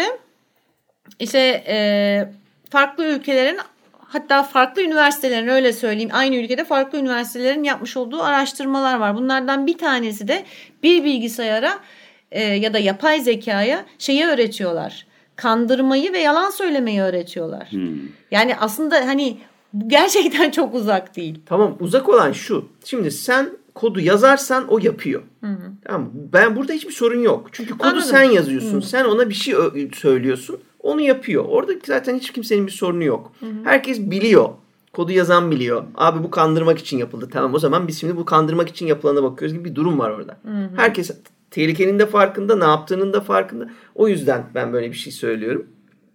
işte e, farklı ülkelerin, hatta farklı üniversitelerin, öyle söyleyeyim, aynı ülkede farklı üniversitelerin yapmış olduğu araştırmalar var. Bunlardan bir tanesi de bir bilgisayara e, ya da yapay zekaya şeyi öğretiyorlar. Kandırmayı ve yalan söylemeyi öğretiyorlar. Hmm. Yani aslında hani bu gerçekten çok uzak değil. Tamam, uzak olan şu. Şimdi sen kodu yazarsan o yapıyor. Hı hı. Tamam, ben burada hiçbir sorun yok. Çünkü kodu Anladım. Sen yazıyorsun. Hı. Sen ona bir şey söylüyorsun. Onu yapıyor. Orada zaten hiç kimsenin bir sorunu yok. Hı hı. Herkes biliyor. Kodu yazan biliyor. Abi bu kandırmak için yapıldı. Tamam, o zaman biz şimdi bu kandırmak için yapılana bakıyoruz gibi bir durum var orada. Hı hı. Herkes tehlikenin de farkında, ne yaptığının da farkında. O yüzden ben böyle bir şey söylüyorum.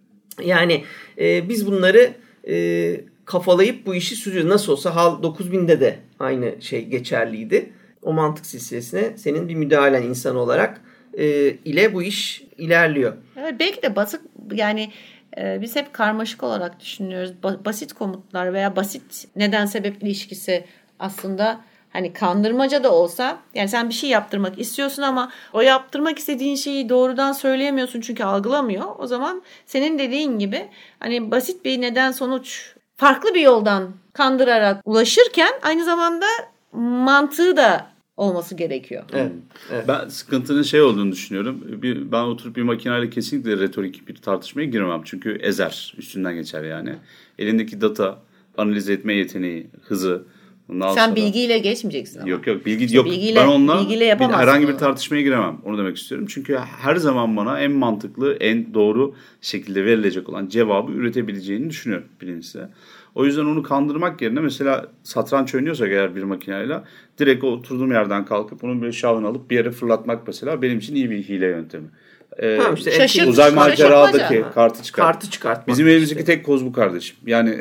Yani e, biz bunları e, kafalayıp bu işi sürüyoruz. Nasıl olsa H A L dokuz binde de aynı şey geçerliydi. O mantık silsilesine senin bir müdahalen insan olarak e, ile bu iş ilerliyor. Evet, belki de basit, yani e, biz hep karmaşık olarak düşünüyoruz. Ba- basit komutlar veya basit neden sebep ilişkisi aslında hani kandırmaca da olsa, yani sen bir şey yaptırmak istiyorsun ama o yaptırmak istediğin şeyi doğrudan söyleyemiyorsun çünkü algılamıyor. O zaman senin dediğin gibi hani basit bir neden sonuç farklı bir yoldan kandırarak ulaşırken aynı zamanda mantığı da olması gerekiyor. Evet, evet. Ben sıkıntının şey olduğunu düşünüyorum. Bir, ben oturup bir makineyle kesinlikle retorik bir tartışmaya girmem. Çünkü ezer, üstünden geçer yani. Elindeki data, analiz etme yeteneği, hızı. Sen sonra... bilgiyle geçmeyeceksin ama. Yok yok, bilgi işte yok. Bilgiyle, ben onunla bilgiyle bir, herhangi bir tartışmaya giremem. Onu demek istiyorum. Çünkü her zaman bana en mantıklı, en doğru şekilde verilecek olan cevabı üretebileceğini düşünüyorum birincisi. O yüzden onu kandırmak yerine mesela satranç oynuyorsak eğer bir makineyle direkt oturduğum yerden kalkıp onun böyle şahını alıp bir yere fırlatmak mesela benim için iyi bir hile yöntemi. Ee, tamam işte şaşırt, uzay maceradaki kartı çıkart. Kartı çıkartmak. Bizim elimizdeki işte tek koz bu kardeşim. Yani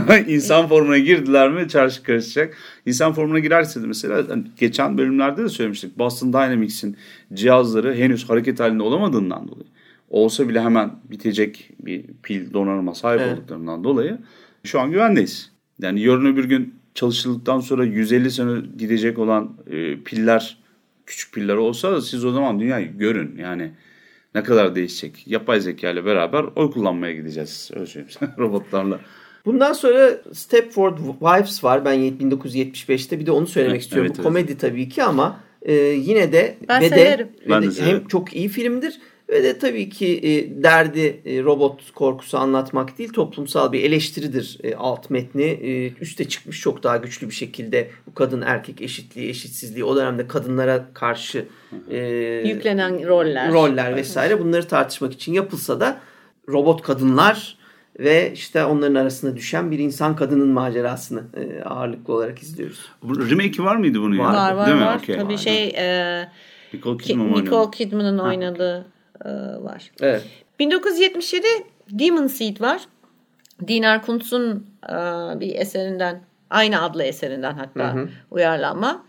insan formuna girdiler mi çarşı karışacak. İnsan formuna girerse de mesela geçen bölümlerde de söylemiştik. Boston Dynamics'in cihazları henüz hareket halinde olamadığından dolayı, olsa bile hemen bitecek bir pil donanıma sahip evet. olduklarından dolayı şu an güvendeyiz. Yani yarın öbür gün çalışıldıktan sonra yüz elli sene gidecek olan e, piller, küçük piller olsa siz o zaman dünyayı görün. Yani ne kadar değişecek. Yapay zeka ile beraber oy kullanmaya gideceğiz. Öyle söyleyeyim robotlarla. Bundan sonra Stepford Wives var. Ben bin dokuz yüz yetmiş beşte bir de onu söylemek evet, istiyorum. Evet, Bu komedi evet. tabii ki ama e, yine de ben ve severim. de, ve de hem çok iyi filmdir ve de tabii ki e, derdi e, robot korkusu anlatmak değil, toplumsal bir eleştiridir e, alt metni. E, üste çıkmış çok daha güçlü bir şekilde bu kadın erkek eşitliği, eşitsizliği, o dönemde kadınlara karşı e, yüklenen roller. roller vesaire bunları tartışmak için yapılsa da robot kadınlar ve işte onların arasında düşen bir insan kadının macerasını e, ağırlıklı olarak izliyoruz. Remake'i var mıydı bunun? Var ya? var Değil var. Mi? Okay. Tabii şey e, Nicole, Kidman Nicole Kidman'ın oynadığı e, var. Evet. bin dokuz yüz yetmiş yedi Demon Seed var. Dinar Kuntz'un e, bir eserinden, aynı adlı eserinden hatta hı hı. uyarlanma.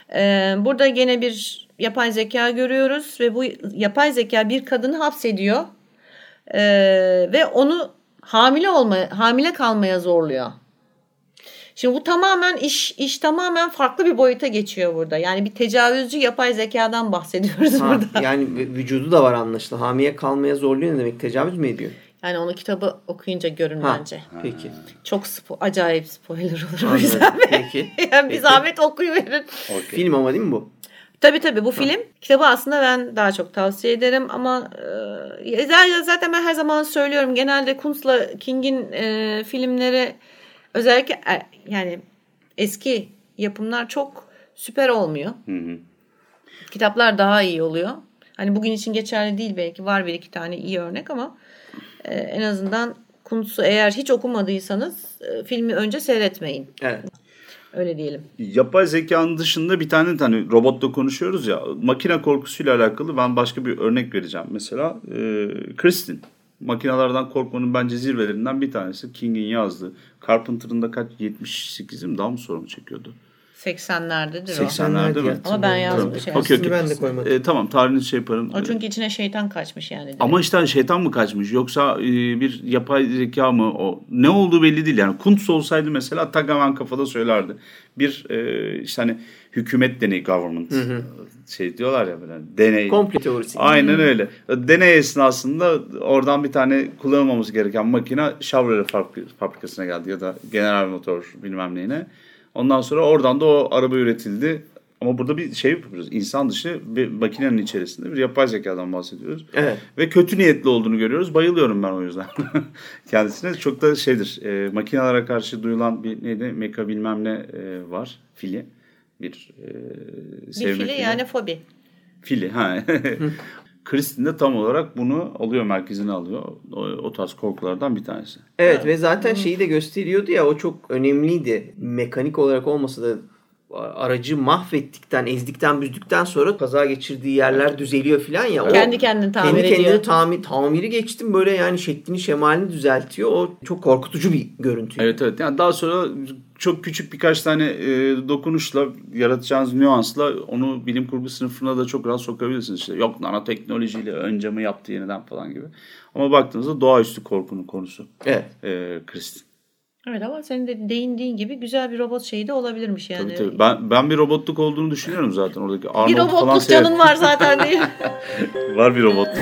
E, burada gene bir yapay zeka görüyoruz ve bu yapay zeka bir kadını hapsediyor e, ve onu hamile olmaya, hamile kalmaya zorluyor. Şimdi bu tamamen iş iş tamamen farklı bir boyuta geçiyor burada. Yani bir tecavüzcü yapay zekadan bahsediyoruz ha, burada. Yani vücudu da var anlaşılan. Hamile kalmaya zorluyor ne demek? Tecavüz mü ediyor? Yani onu kitabı okuyunca görün ha, bence. Peki. Çok spo- acayip spoiler olur o yüzden. Peki. Yani bir zahmet okuyuverin. Okay. Film ama değil mi bu? Tabii tabii bu ha. film. Kitabı aslında ben daha çok tavsiye ederim ama e, zaten ben her zaman söylüyorum. Genelde Kuntz'la King'in e, filmleri özellikle e, yani eski yapımlar çok süper olmuyor. Hı hı. Kitaplar daha iyi oluyor. Hani bugün için geçerli değil belki. Var bir iki tane iyi örnek ama e, en azından Kuntz'u eğer hiç okumadıysanız e, filmi önce seyretmeyin. Evet. Öyle diyelim. Yapay zekanın dışında bir tane hani robotla konuşuyoruz ya, makine korkusuyla alakalı ben başka bir örnek vereceğim. Mesela e, Kristin. Makinelerden korkmanın bence zirvelerinden bir tanesi. King'in yazdığı. Carpenter'ın da kaç yetmiş sekizim daha mı sorun çekiyordu? seksenlerdedir o. seksenlerde mi? Ama ben yazdım. Şey. Okay, okay. Ben de koymadım. E, tamam tarihini şey yaparım. O çünkü içine şeytan kaçmış yani. Direkt. Ama işte şeytan mı kaçmış yoksa e, bir yapay zeka mı o? Ne olduğu belli değil yani. Kuntz olsaydı mesela tamamen kafada söylerdi. Bir e, işte hani hükümet deneyi, government hı hı. şey diyorlar ya böyle deney. Komple teorisi. Aynen öyle. Deney esnasında oradan bir tane kullanılmaması gereken makine Chevrolet fabrikasına geldi ya da General Motor bilmem neyine. Ondan sonra oradan da o araba üretildi. Ama burada bir şey yapıyoruz. İnsan dışı bir makinenin içerisinde bir yapay zekadan bahsediyoruz. Evet. Ve kötü niyetli olduğunu görüyoruz. Bayılıyorum ben o yüzden. Kendisine çok da şeydir. E, makinelere karşı duyulan bir neydi? Meka bilmem ne e, var. Fili. Bir e, sevme bir fili, fili yani fobi. Fili. Ha. Kristin de tam olarak bunu alıyor, merkezine alıyor. O, o tarz korkulardan bir tanesi. Evet, evet ve zaten şeyi de gösteriyordu ya, o çok önemliydi. Mekanik olarak olmasa da aracı mahvettikten, ezdikten, büzdükten sonra kaza geçirdiği yerler düzeliyor filan ya. O kendi kendini tamir kendi ediyor. Kendi kendini tamir, tamiri geçtim böyle yani şeklini şemalini düzeltiyor. O çok korkutucu bir görüntü. Evet evet. Yani daha sonra çok küçük birkaç tane e, dokunuşla, yaratacağınız nüansla onu bilim kurgu sınıfına da çok rahat sokabilirsiniz. İşte yok nanoteknolojiyle ön camı yaptı yeniden falan gibi. Ama baktığınızda doğaüstü korkunun konusu. Evet. E, Kristin. Evet ama senin de değindiğin gibi güzel bir robot şeyi de olabilirmiş yani. Tabii tabii. Ben, ben bir robotluk olduğunu düşünüyorum zaten oradaki. Arnold bir robotluk canın seyret. Var zaten değil. Var bir robotluk.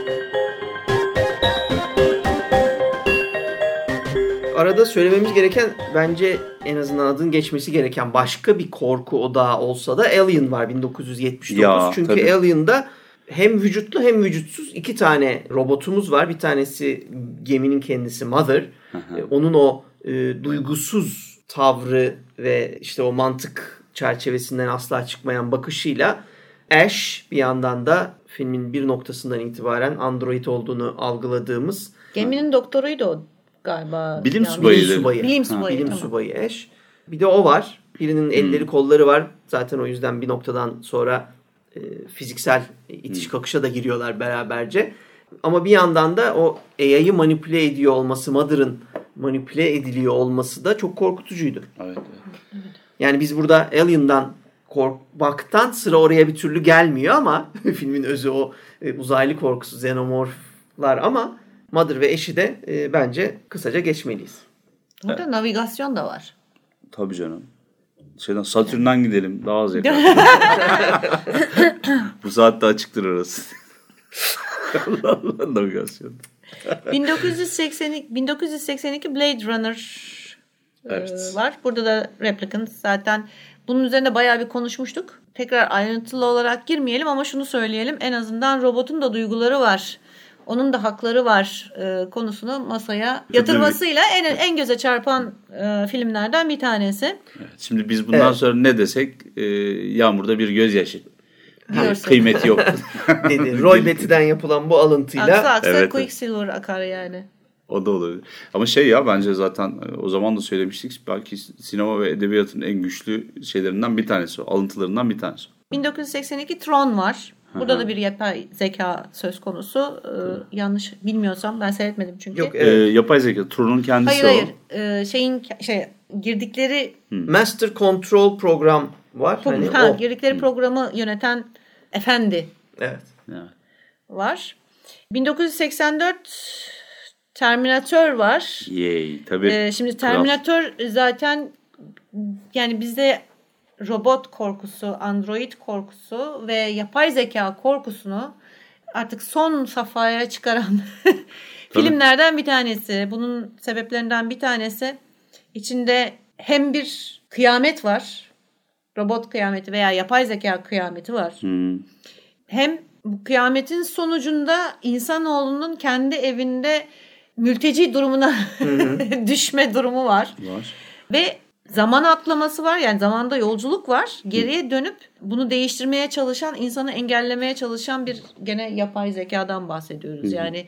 Arada söylememiz gereken, bence en azından adının geçmesi gereken başka bir korku odağı olsa da Alien var bin dokuz yüz yetmiş dokuz. Ya, çünkü tabii. Alien'da hem vücutlu hem vücutsuz iki tane robotumuz var. Bir tanesi geminin kendisi Mother. Onun o e, duygusuz tavrı ve işte o mantık çerçevesinden asla çıkmayan bakışıyla, Ash bir yandan da filmin bir noktasından itibaren android olduğunu algıladığımız. Geminin doktoruydu o galiba. Bilim yani, subayı. Bilim subayı. Bilim subayı, Bilim tamam. subayı Ash. Bir de o var. Birinin elleri hmm. kolları var. Zaten o yüzden bir noktadan sonra e, fiziksel itiş hmm. kakışa da giriyorlar beraberce. Ama bir yandan da o A I'yi manipüle ediyor olması, Mother'ın manipüle ediliyor olması da çok korkutucuydu. Evet, evet. Yani biz burada Alien'dan korkmaktan sıra oraya bir türlü gelmiyor ama filmin özü o e, uzaylı korkusu, xenomorflar, ama Mother ve eşi de e, bence kısaca geçmeliyiz. Burada evet. Navigasyon da var. Tabii canım. Şeyden, Satürn'den gidelim. Daha az yakın. Bu saatte açıktır orası. Allah Allah, navigasyon. bin dokuz yüz seksen, bin dokuz yüz seksen iki Blade Runner evet. e, var. Burada da Replicant zaten. Bunun üzerine bayağı bir konuşmuştuk. Tekrar ayrıntılı olarak girmeyelim ama şunu söyleyelim. En azından robotun da duyguları var. Onun da hakları var e, konusunu masaya yatırmasıyla en en göze çarpan e, filmlerden bir tanesi. Evet, şimdi biz bundan evet. sonra ne desek e, Yağmur'da bir gözyaşı. Diyorsun. Kıymeti yok. Dedi. Roy Batty'den yapılan bu alıntıyla. Aksa aksa evet, Quicksilver akar yani. O da olabilir. Ama şey ya, bence zaten o zaman da söylemiştik. Belki sinema ve edebiyatın en güçlü şeylerinden bir tanesi o. Alıntılarından bir tanesi. bin dokuz yüz seksen iki Tron var. Burada Hı-hı. da bir yapay zeka söz konusu. Ee, yanlış bilmiyorsam, ben seyretmedim çünkü. Yok, evet. ee, yapay zeka. Tron'un kendisi hayır, o. Hayır hayır. Ee, şeyin şey girdikleri hmm. Master Control program var. Pro- hani ha, o. girdikleri hmm. programı yöneten efendi. Evet. evet. Var. bin dokuz yüz seksen dört Terminator var. Yay, tabii. Ee, şimdi Terminator Kral. Zaten yani bizde robot korkusu, android korkusu ve yapay zeka korkusunu artık son safhaya çıkaran filmlerden bir tanesi. Bunun sebeplerinden bir tanesi, içinde hem bir kıyamet var, robot kıyameti veya yapay zeka kıyameti var. Hmm. Hem bu kıyametin sonucunda insanoğlunun kendi evinde mülteci durumuna düşme durumu var. Var. Ve zaman atlaması var. Yani zamanda yolculuk var. Geriye dönüp bunu değiştirmeye çalışan, insanı engellemeye çalışan bir gene yapay zekadan bahsediyoruz. Yani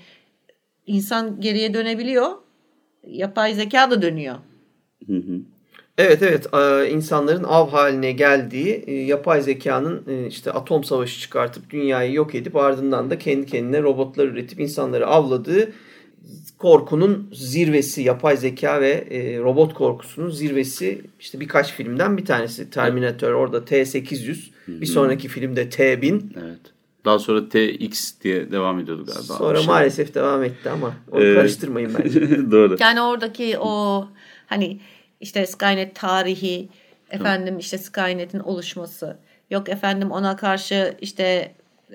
insan geriye dönebiliyor. Yapay zeka da dönüyor. Hı hı. Evet evet, insanların av haline geldiği, yapay zekanın işte atom savaşı çıkartıp dünyayı yok edip ardından da kendi kendine robotlar üretip insanları avladığı korkunun zirvesi, yapay zeka ve e, robot korkusunun zirvesi işte birkaç filmden bir tanesi. Terminator, orada T sekiz yüz, bir sonraki filmde T bin. Evet. Daha sonra T X diye devam ediyordu galiba. Sonra şey. Maalesef devam etti ama onu ee, karıştırmayın bence. Doğru. Yani oradaki o hani işte Skynet tarihi, efendim işte Skynet'in oluşması, yok efendim ona karşı işte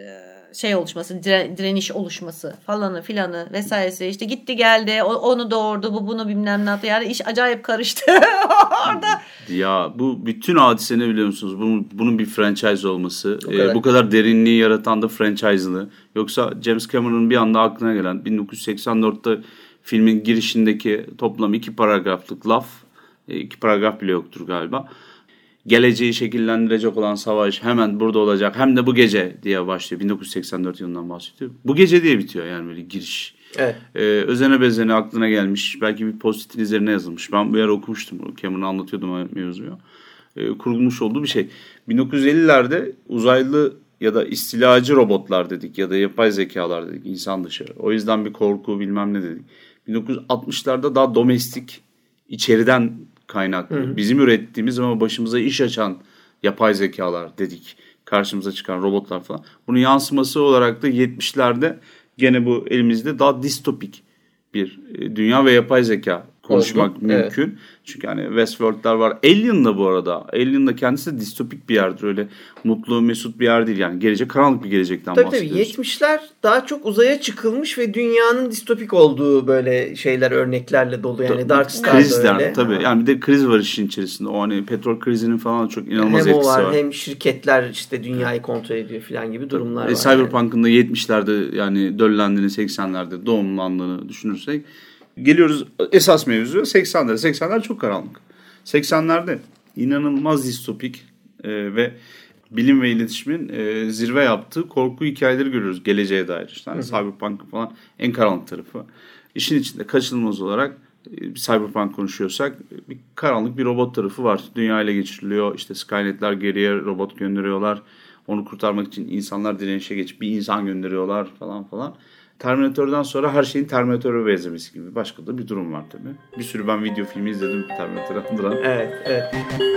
şey oluşması, dire, direniş oluşması falanı filanı vesairesi, işte gitti geldi, o, onu doğurdu, bu bunu bilmem ne yaptı. Yani iş acayip karıştı orada. Ya bu bütün hadise ne biliyor musunuz? Bunun, bunun bir franchise olması, kadar. E, bu kadar derinliği yaratan da franchise'lı. Yoksa James Cameron'ın bir anda aklına gelen bin dokuz yüz seksen dörtte filmin girişindeki toplam iki paragraflık laf, e, iki paragraf bile yoktur galiba. Geleceği şekillendirecek olan savaş hemen burada olacak, hem de bu gece diye başlıyor. bin dokuz yüz seksen dört yılından bahsediyor. Bu gece diye bitiyor yani böyle giriş. Evet. Ee, özene bezene aklına gelmiş. Belki bir post-it'in üzerine yazılmış. Ben bir ara okumuştum. Cameron'ı anlatıyordum mevzuyu. Ee, kurulmuş olduğu bir şey. bin dokuz yüz ellilerde uzaylı ya da istilacı robotlar dedik ya da yapay zekalar dedik. İnsan dışı. O yüzden bir korku bilmem ne dedik. bin dokuz yüz altmışlarda daha domestik, içeriden kaynaklı. Hı hı. Bizim ürettiğimiz ama başımıza iş açan yapay zekalar dedik. Karşımıza çıkan robotlar falan. Bunun yansıması olarak da yetmişlerde gene bu elimizde daha distopik bir dünya ve yapay zeka konuşmak oldu. Mümkün. Evet. Çünkü hani Westworld'lar var. Alien'da bu arada. Alien'da kendisi de distopik bir yerdir. Öyle mutlu, mesut bir yer değil. Yani gelecek, karanlık bir gelecekten tabii bahsediyoruz. Tabii yetmişler daha çok uzaya çıkılmış ve dünyanın distopik olduğu böyle şeyler, örneklerle dolu. Yani Dark Star'da Krizler, öyle. Tabii. Yani bir de kriz var işin içerisinde. O hani petrol krizinin falan çok inanılmaz hem etkisi var. Hem o var, hem şirketler işte dünyayı kontrol ediyor falan gibi durumlar e, var. Cyberpunk'ın da yetmişlerde yani döllendiğini, seksenlerde doğumlandığını düşünürsek. Geliyoruz esas mevzuya seksenlere. seksenler çok karanlık. seksenlerde inanılmaz distopik e, ve bilim ve iletişimin e, zirve yaptığı korku hikayeleri görüyoruz geleceğe dair. İşte hani Cyberpunk falan en karanlık tarafı. İşin içinde kaçınılmaz olarak e, Cyberpunk konuşuyorsak bir karanlık bir robot tarafı var. Dünya ile geçiriliyor. İşte Skynet'ler geriye robot gönderiyorlar. Onu kurtarmak için insanlar direnişe geçip bir insan gönderiyorlar falan falan. Terminator'dan sonra her şeyin Terminator'a benzemesi gibi başka da bir durum var tabii. Bir sürü ben video filmi izledim Terminator'ı andıran. Evet, evet.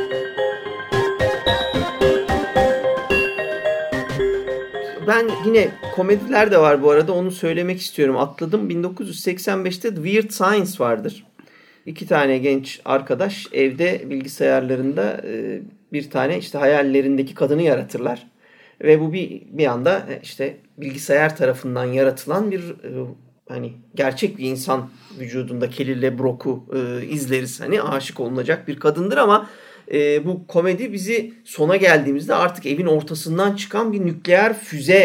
Ben yine komediler de var bu arada, onu söylemek istiyorum. Atladım. bin dokuz yüz seksen beşte Weird Science vardır. İki tane genç arkadaş evde bilgisayarlarında bir tane işte hayallerindeki kadını yaratırlar. Ve bu bir bir anda işte bilgisayar tarafından yaratılan bir hani gerçek bir insan vücudunda Kelly LeBrock'u e, izleriz. Hani aşık olunacak bir kadındır ama e, bu komedi bizi sona geldiğimizde artık evin ortasından çıkan bir nükleer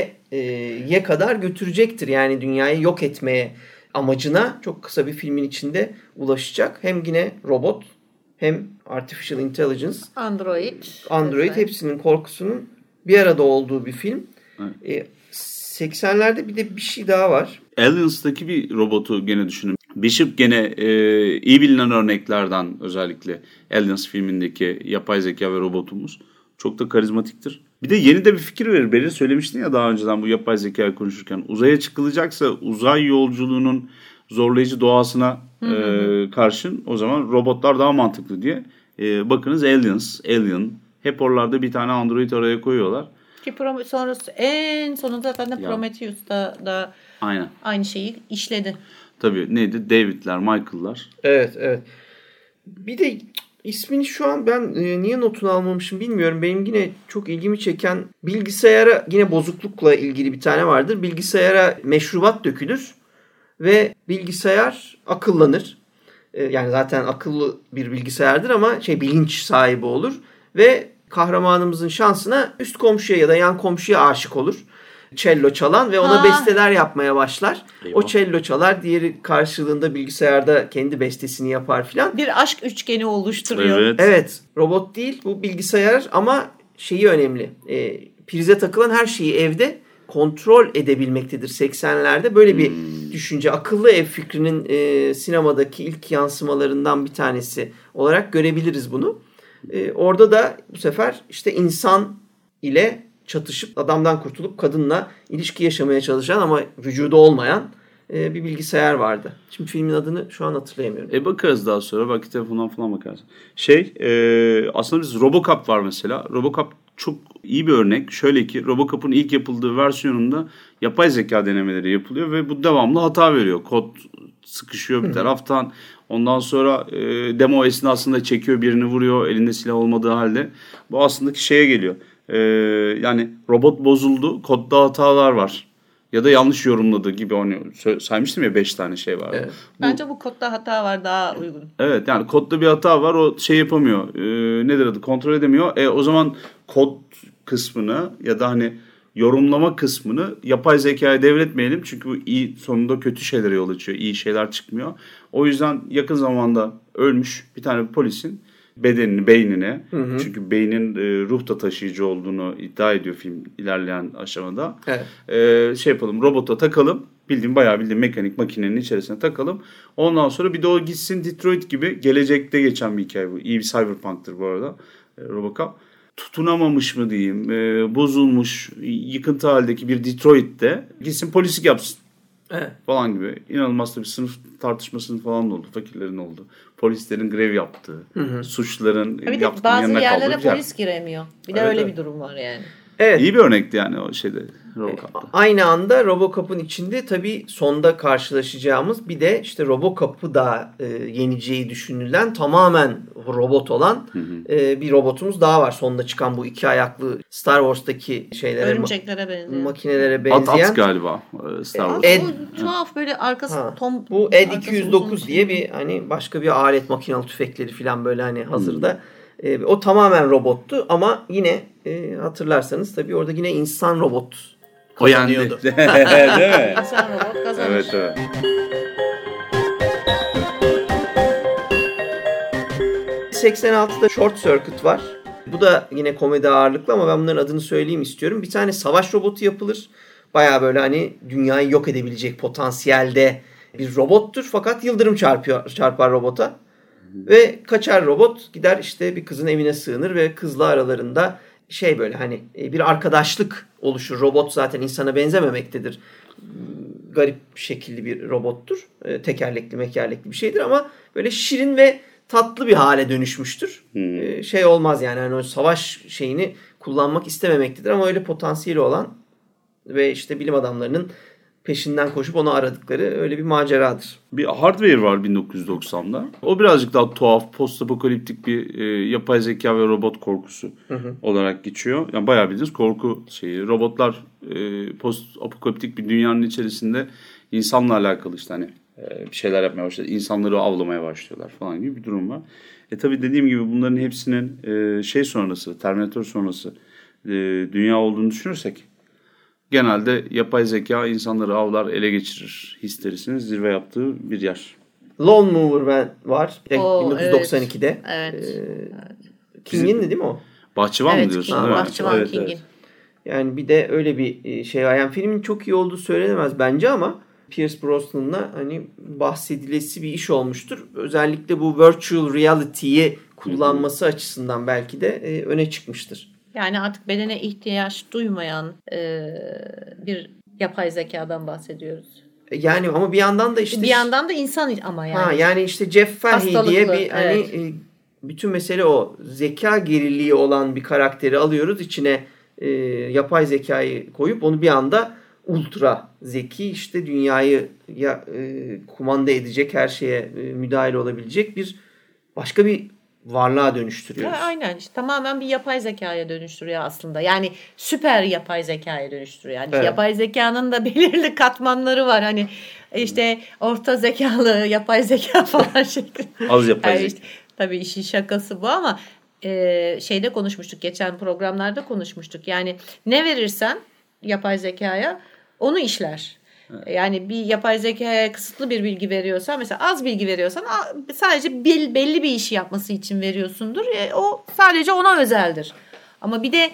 füzeye kadar götürecektir. Yani dünyayı yok etmeye amacına çok kısa bir filmin içinde ulaşacak. Hem yine robot hem artificial intelligence, Android, Android evet. Hepsinin korkusunun bir arada olduğu bir film. Evet. E, seksenlerde bir de bir şey daha var. Aliens'taki bir robotu gene düşünün. Bishop gene e, iyi bilinen örneklerden, özellikle Aliens filmindeki yapay zeka ve robotumuz. Çok da karizmatiktir. Bir de yeni de bir fikir verir. Beni söylemiştin ya daha önceden bu yapay zekayı konuşurken. Uzaya çıkılacaksa uzay yolculuğunun zorlayıcı doğasına e, karşın o zaman robotlar daha mantıklı diye. E, bakınız Aliens, Alien, hep oralarda bir tane Android oraya koyuyorlar. Ki sonrası en sonunda zaten de Prometheus'ta da aynen. Aynı şeyi işledi. Tabii neydi? David'ler, Michael'lar. Evet, evet. Bir de ismini şu an ben e, niye notunu almamışım bilmiyorum. Benim yine çok ilgimi çeken bilgisayara yine bozuklukla ilgili bir tane vardır. Bilgisayara meşrubat dökülür ve bilgisayar akıllanır. E, yani zaten akıllı bir bilgisayardır ama şey bilinç sahibi olur ve kahramanımızın şansına üst komşuya ya da yan komşuya aşık olur. Cello çalan ve ona ha. besteler yapmaya başlar. Eyvah. O cello çalar, diğeri karşılığında bilgisayarda kendi bestesini yapar filan. Bir aşk üçgeni oluşturuyor. Evet. Evet. Robot değil bu bilgisayar ama şeyi önemli. E, prize takılan her şeyi evde kontrol edebilmektedir seksenlerde. Böyle bir hmm. düşünce. Akıllı ev fikrinin e, sinemadaki ilk yansımalarından bir tanesi olarak görebiliriz bunu. E, orada da bu sefer işte insan ile çatışıp adamdan kurtulup kadınla ilişki yaşamaya çalışan ama vücudu olmayan e, bir bilgisayar vardı. Şimdi filmin adını şu an hatırlayamıyorum. E bakarız daha sonra. Belki telefondan falan bakarız. Şey e, aslında biz Robocop var mesela. Robocop çok iyi bir örnek. Şöyle ki Robocop'un ilk yapıldığı versiyonunda yapay zeka denemeleri yapılıyor ve bu devamlı hata veriyor. Kod sıkışıyor bir taraftan. Ondan sonra e, demo esnasında çekiyor, birini vuruyor elinde silah olmadığı halde. Bu aslında şeye geliyor. E, yani robot bozuldu, kodda hatalar var. Ya da yanlış yorumladı gibi onu saymıştım ya beş tane şey var. Evet. Bu, Bence bu kodda hata var daha uygun. Evet yani kodda bir hata var, o şey yapamıyor. E, nedir adı, kontrol edemiyor. E, o zaman kod kısmını ya da hani yorumlama kısmını yapay zekaya devretmeyelim. Çünkü bu iyi, sonunda kötü şeylere yol açıyor. İyi şeyler çıkmıyor. O yüzden yakın zamanda ölmüş bir tane polisin bedenini, beynini, hı hı. çünkü beynin e, ruh da taşıyıcı olduğunu iddia ediyor film ilerleyen aşamada. Evet. E, şey yapalım, robota takalım. Bildiğim bayağı bildiğim mekanik makinenin içerisine takalım. Ondan sonra bir de o gitsin Detroit gibi gelecekte geçen bir hikaye bu. İyi bir cyberpunk'tır bu arada e, Robocop. Tutunamamış mı diyeyim, e, bozulmuş, yıkıntı haldeki bir Detroit'te gitsin polislik yapsın. Evet. Falan gibi. İnanılmaz tabii sınıf tartışmasının falan da oldu. Fakirlerin oldu. Polislerin grev yaptığı. Hı hı. Suçların bir yaptığı bazı yanına kaldığı. yerlere polis giremiyor. Bir de evet, öyle evet. bir durum var yani. Evet. İyi bir örnekti yani o şeyde. Robocop'ta. Aynı anda Robocop'un içinde tabii sonda karşılaşacağımız bir de işte Robocop'u da e, yeneceği düşünülen tamamen robot olan hı hı. E, bir robotumuz daha var. Sonda çıkan bu iki ayaklı Star Wars'taki şeylere, örümceklere benziyor. Makinelere benzeyen. At, at galiba Star Wars. Ed, o tuhaf böyle arkası ha, tom. Bu Ed iki yüz dokuz diye bir hani başka bir alet, makinalı tüfekleri falan böyle hani hazırda. Hmm. E, o tamamen robottu ama yine e, hatırlarsanız tabii orada yine insan robot kazanıyordu. O yendi. Değil mi? İnsan robot kazanır. Evet evet. seksen altıda Short Circuit var. Bu da yine komedi ağırlıklı ama ben bunların adını söyleyeyim istiyorum. Bir tane savaş robotu yapılır. Baya böyle hani dünyayı yok edebilecek potansiyelde bir robottur. Fakat yıldırım çarpıyor, çarpar robota. Ve kaçar robot, gider işte bir kızın evine sığınır ve kızla aralarında şey böyle hani bir arkadaşlık oluşur. Robot zaten insana benzememektedir. Garip şekilli bir robottur. Tekerlekli mekerlekli bir şeydir ama böyle şirin ve tatlı bir hale dönüşmüştür. Hmm. Şey olmaz yani hani o savaş şeyini kullanmak istememektedir ama öyle potansiyeli olan ve işte bilim adamlarının peşinden koşup onu aradıkları öyle bir maceradır. Bir Hardware var bin dokuz yüz doksanda. O birazcık daha tuhaf, post-apokaliptik bir e, yapay zeka ve robot korkusu hı hı. olarak geçiyor. Yani bayağı bildiğiniz korku şeyi. Robotlar e, post-apokaliptik bir dünyanın içerisinde insanla alakalı işte hani e, bir şeyler yapmaya başlıyor. İnsanları avlamaya başlıyorlar falan gibi bir durum var. E tabii dediğim gibi bunların hepsinin e, şey sonrası, Terminator sonrası e, dünya olduğunu düşünürsek genelde yapay zeka insanları avlar, ele geçirir histerisinin zirve yaptığı bir yer. Lone Mover var. Oo, bin dokuz yüz doksan ikide. Evet. Ee, evet. King'in de değil mi o? Bahçıvan evet, mı diyorsun? King, değil mi? Bahçıvan evet, King'in. Evet. Yani bir de öyle bir şey var. Yani filmin çok iyi olduğu söylenemez bence ama Pierce Brosnan'la hani bahsedilesi bir iş olmuştur. Özellikle bu virtual reality'yi kullanması Hı-hı. açısından belki de e, öne çıkmıştır. Yani artık bedene ihtiyaç duymayan e, bir yapay zekadan bahsediyoruz. Yani ama bir yandan da işte... Bir yandan da insan ama yani. Ha, yani işte Jeff Fahey diye bir hani evet. e, bütün mesele o. Zeka geriliği olan bir karakteri alıyoruz. İçine e, yapay zekayı koyup onu bir anda ultra zeki işte dünyayı ya, e, kumanda edecek, her şeye e, müdahale olabilecek bir başka bir varlığa dönüştürüyoruz. Ya, aynen işte tamamen bir yapay zekaya dönüştürüyor aslında. Yani süper yapay zekaya dönüştürüyor. Yani evet. Yapay zekanın da belirli katmanları var. Hani işte orta zekalı yapay zeka falan şeklinde. Az yapay yani zeka. işte, tabii işin şakası bu ama e, şeyde konuşmuştuk. Geçen programlarda konuşmuştuk. Yani ne verirsen yapay zekaya onu işler. Yani bir yapay zekaya kısıtlı bir bilgi veriyorsan, mesela az bilgi veriyorsan sadece belli bir işi yapması için veriyorsundur. E, o sadece ona özeldir. Ama bir de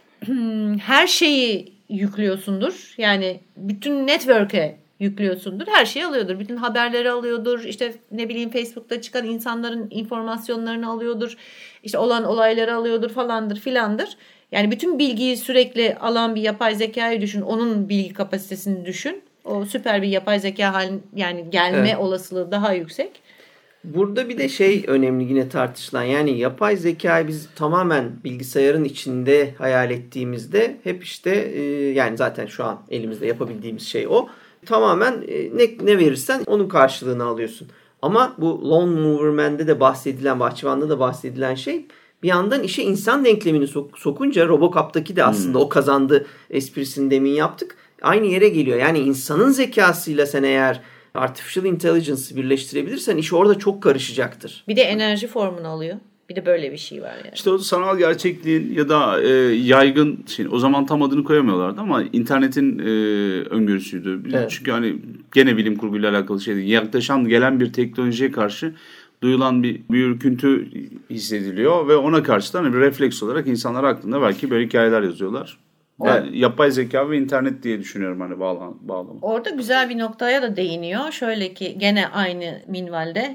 her şeyi yüklüyorsundur. Yani bütün network'e yüklüyorsundur. Her şeyi alıyordur. Bütün haberleri alıyordur. İşte ne bileyim Facebook'ta çıkan insanların informasyonlarını alıyordur. İşte olan olayları alıyordur falandır filandır. Yani bütün bilgiyi sürekli alan bir yapay zekayı düşün. Onun bilgi kapasitesini düşün. O süper bir yapay zeka halin, yani gelme evet. olasılığı daha yüksek. Burada bir de şey önemli yine tartışılan, yani yapay zekayı biz tamamen bilgisayarın içinde hayal ettiğimizde hep işte e, yani zaten şu an elimizde yapabildiğimiz şey o. Tamamen e, ne, ne verirsen onun karşılığını alıyorsun. Ama bu Lone Mover Man'de de bahsedilen, Bahçıvan'da da bahsedilen şey bir yandan işe insan denklemini sok- sokunca Robocop'taki de aslında hmm. o kazandı esprisini demin yaptık. Aynı yere geliyor. Yani insanın zekasıyla sen eğer Artificial Intelligence'ı birleştirebilirsen iş orada çok karışacaktır. Bir de enerji formunu alıyor. Bir de böyle bir şey var yani. İşte o sanal gerçekliğin ya da e, yaygın şey, o zaman tam adını koyamıyorlardı ama internetin e, öngörüsüydü. Evet. Çünkü hani gene bilim kurguyla alakalı şeydi. Yaklaşan gelen bir teknolojiye karşı duyulan bir, bir ürküntü hissediliyor ve ona karşı da hani bir refleks olarak insanlar aklında belki böyle hikayeler yazıyorlar. Yani evet. Yapay zeka ve internet diye düşünüyorum hani bağlam, bağlamı. Orada güzel bir noktaya da değiniyor. Şöyle ki gene aynı minvalde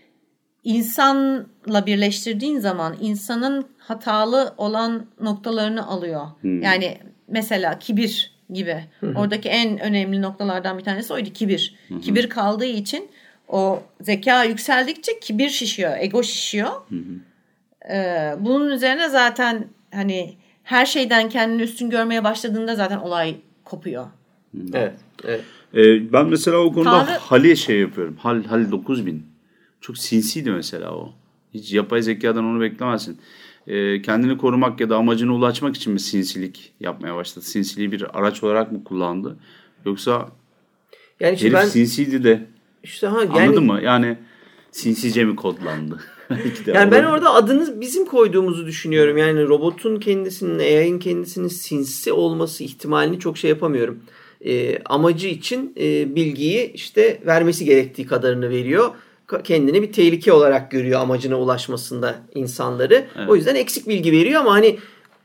insanla birleştirdiğin zaman insanın hatalı olan noktalarını alıyor. Hmm. Yani mesela kibir gibi. Hı hı. Oradaki en önemli noktalardan bir tanesi oydu, kibir. Hı hı. Kibir kaldığı için o zeka yükseldikçe kibir şişiyor, ego şişiyor. Hı hı. Ee, bunun üzerine zaten hani her şeyden kendini üstün görmeye başladığında zaten olay kopuyor. Evet. evet. Ee, ben mesela o konuda Tanrı... Hal'e şey yapıyorum. Hal, Hal dokuz bin. Çok sinsiydi mesela o. Hiç yapay zekadan onu beklemezsin. Ee, kendini korumak ya da amacına ulaşmak için mi sinsilik yapmaya başladı? Sinsiliği bir araç olarak mı kullandı? Yoksa yani işte herif ben... sinsiydi de işte ha, yani... anladın mı? Yani sinsice mi kodlandı? Yani ben orada adını bizim koyduğumuzu düşünüyorum. Yani robotun kendisinin, A I'nin kendisinin sinsi olması ihtimalini çok şey yapamıyorum. E, amacı için e, bilgiyi işte vermesi gerektiği kadarını veriyor. Kendini bir tehlike olarak görüyor amacına ulaşmasında insanları. Evet. O yüzden eksik bilgi veriyor ama hani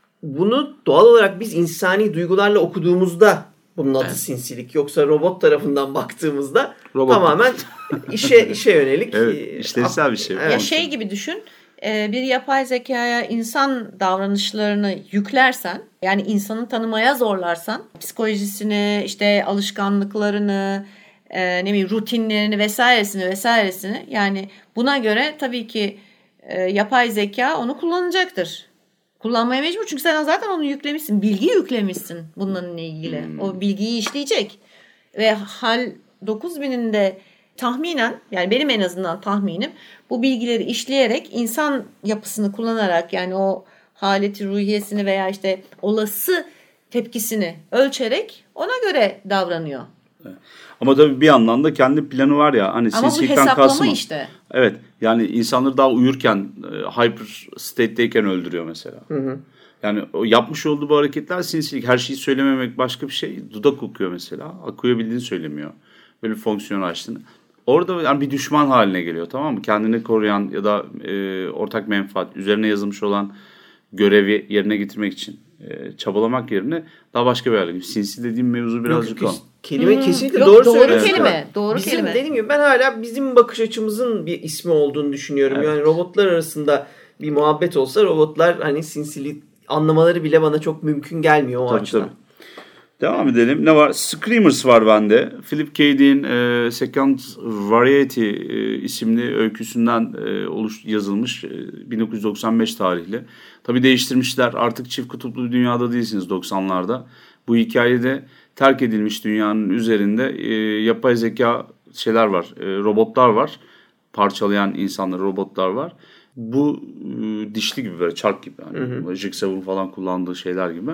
bunu doğal olarak biz insani duygularla okuduğumuzda bunun adı evet. sinsilik. Yoksa robot tarafından baktığımızda robot. Tamamen işe işe yönelik. Evet, işlevsel bir şey. Evet. Ya şey gibi düşün. Bir yapay zekaya insan davranışlarını yüklersen, yani insanı tanımaya zorlarsan, psikolojisini, işte alışkanlıklarını, ne bileyim rutinlerini vesairesini vesairesini, yani buna göre tabii ki yapay zeka onu kullanacaktır. Kullanmaya mecbur çünkü sen zaten onu yüklemişsin. Bilgi yüklemişsin bununla ilgili. Hmm. O bilgiyi işleyecek. Ve Hal dokuz binin de tahminen, yani benim en azından tahminim, bu bilgileri işleyerek insan yapısını kullanarak, yani o haleti ruhiyesini veya işte olası tepkisini ölçerek ona göre davranıyor. Evet. Ama tabii bir yandan da kendi planı var ya. Hani ama bu hesaplama işte. Evet. Yani insanları daha uyurken, hyper state'deyken öldürüyor mesela. Hı hı. Yani o yapmış olduğu bu hareketler sinsilik. Her şeyi söylememek başka bir şey. Dudak okuyor mesela. Okuyabildiğini söylemiyor. Böyle bir fonksiyon açtığını. Orada yani bir düşman haline geliyor, tamam mı? Kendini koruyan ya da e, ortak menfaat üzerine yazılmış olan görevi yerine getirmek için e, çabalamak yerine daha başka bir hale geliyor. Sinsi dediğim mevzu birazcık o. Kelime hmm. kesinlikle Yok, doğru, doğru söylüyorsun. Kelime, doğru bizim, kelime. Dediğim gibi ben hala bizim bakış açımızın bir ismi olduğunu düşünüyorum. Evet. Yani robotlar arasında bir muhabbet olsa robotlar hani sinsili anlamaları bile bana çok mümkün gelmiyor o tabii, açıdan. Tabii. Devam edelim. Ne var? Screamers var bende. Philip K. Dick'in e, Second Variety e, isimli öyküsünden e, oluş yazılmış. E, bin dokuz yüz doksan beş tarihli. Tabii değiştirmişler. Artık çift kutuplu bir dünyada değilsiniz doksanlarda. Bu hikayede terk edilmiş dünyanın üzerinde e, yapay zeka şeyler var. E, robotlar var. Parçalayan insanlar, robotlar var. Bu e, dişli gibi, böyle çark gibi. Yani, Jigsaw'un falan kullandığı şeyler gibi.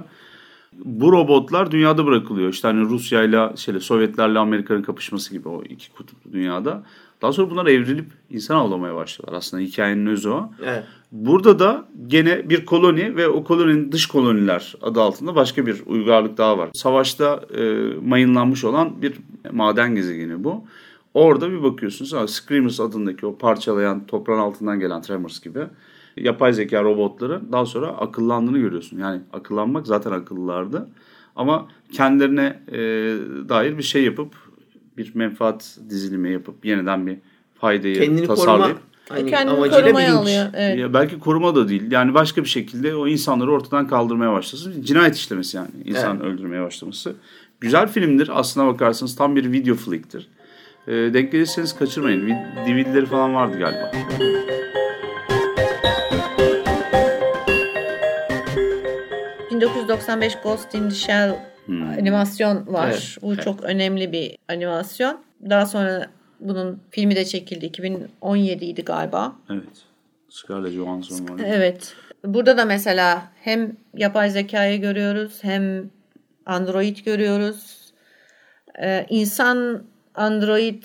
Bu robotlar dünyada bırakılıyor. İşte hani Rusya ile şeyle, Sovyetlerle Amerika'nın kapışması gibi o iki kutuplu dünyada. Daha sonra bunlar evrilip insan avlamaya başlıyorlar. Aslında hikayenin özü o. Evet. Burada da gene bir koloni ve o koloninin dış koloniler adı altında başka bir uygarlık daha var. Savaşta e, mayınlanmış olan bir maden gezegeni bu. Orada bir bakıyorsunuz, Screamers adındaki o parçalayan, toprağın altından gelen Tremors gibi yapay zeka robotları daha sonra akıllandığını görüyorsun. Yani akıllanmak, zaten akıllılardı. Ama kendilerine e, dair bir şey yapıp, bir menfaat dizilimi yapıp, yeniden bir faydayı kendini tasarlayıp. Hani kendini korumaya alıyor. Evet. Ya belki koruma da değil. Yani başka bir şekilde o insanları ortadan kaldırmaya başlasın. Cinayet işlemesi yani. İnsan evet. öldürmeye başlaması. Güzel filmdir. Aslına bakarsanız tam bir video flick'tir. E, denk gelirseniz kaçırmayın. D V D'leri falan vardı galiba. bin dokuz yüz doksan beş Ghost in the Shell hmm. animasyon var. Evet, Bu evet. çok önemli bir animasyon. Daha sonra bunun filmi de çekildi. iki bin on yediydi galiba. Evet. Scarlett Johansson var. Evet. Burada da mesela hem yapay zekayı görüyoruz hem android görüyoruz. Ee, insan android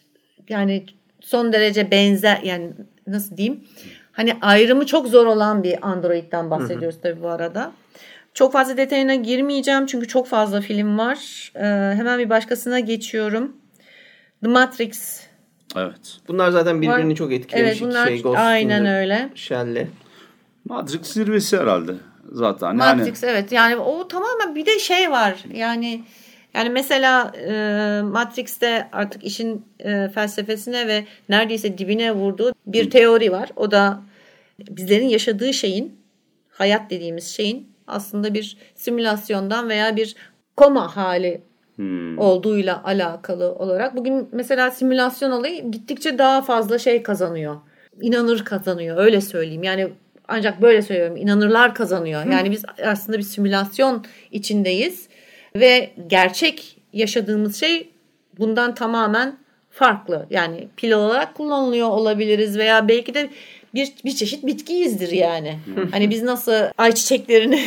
yani son derece benzer yani nasıl diyeyim? Hani ayrımı çok zor olan bir androidden bahsediyoruz hı hı. tabii bu arada. Çok fazla detayına girmeyeceğim çünkü çok fazla film var. Ee, hemen bir başkasına geçiyorum. The Matrix. Evet. Bunlar zaten birbirini var. çok etkilemiş. Evet bunlar şey, aynen öyle. Shell'le. Matrix zirvesi herhalde zaten. Matrix yani... evet yani o tamamen bir de şey var yani yani mesela e, Matrix'te artık işin e, felsefesine ve neredeyse dibine vurduğu bir Hı. teori var. O da bizlerin yaşadığı şeyin hayat dediğimiz şeyin aslında bir simülasyondan veya bir koma hali hmm. olduğuyla alakalı olarak. Bugün mesela simülasyon olayı gittikçe daha fazla şey kazanıyor. İnanır kazanıyor öyle söyleyeyim. Yani ancak böyle söylüyorum inanırlar kazanıyor. Hmm. Yani biz aslında bir simülasyon içindeyiz ve gerçek yaşadığımız şey bundan tamamen farklı. Yani pil olarak kullanılıyor olabiliriz veya belki de bir bir çeşit bitkiyizdir yani. Hani biz nasıl ayçiçeklerini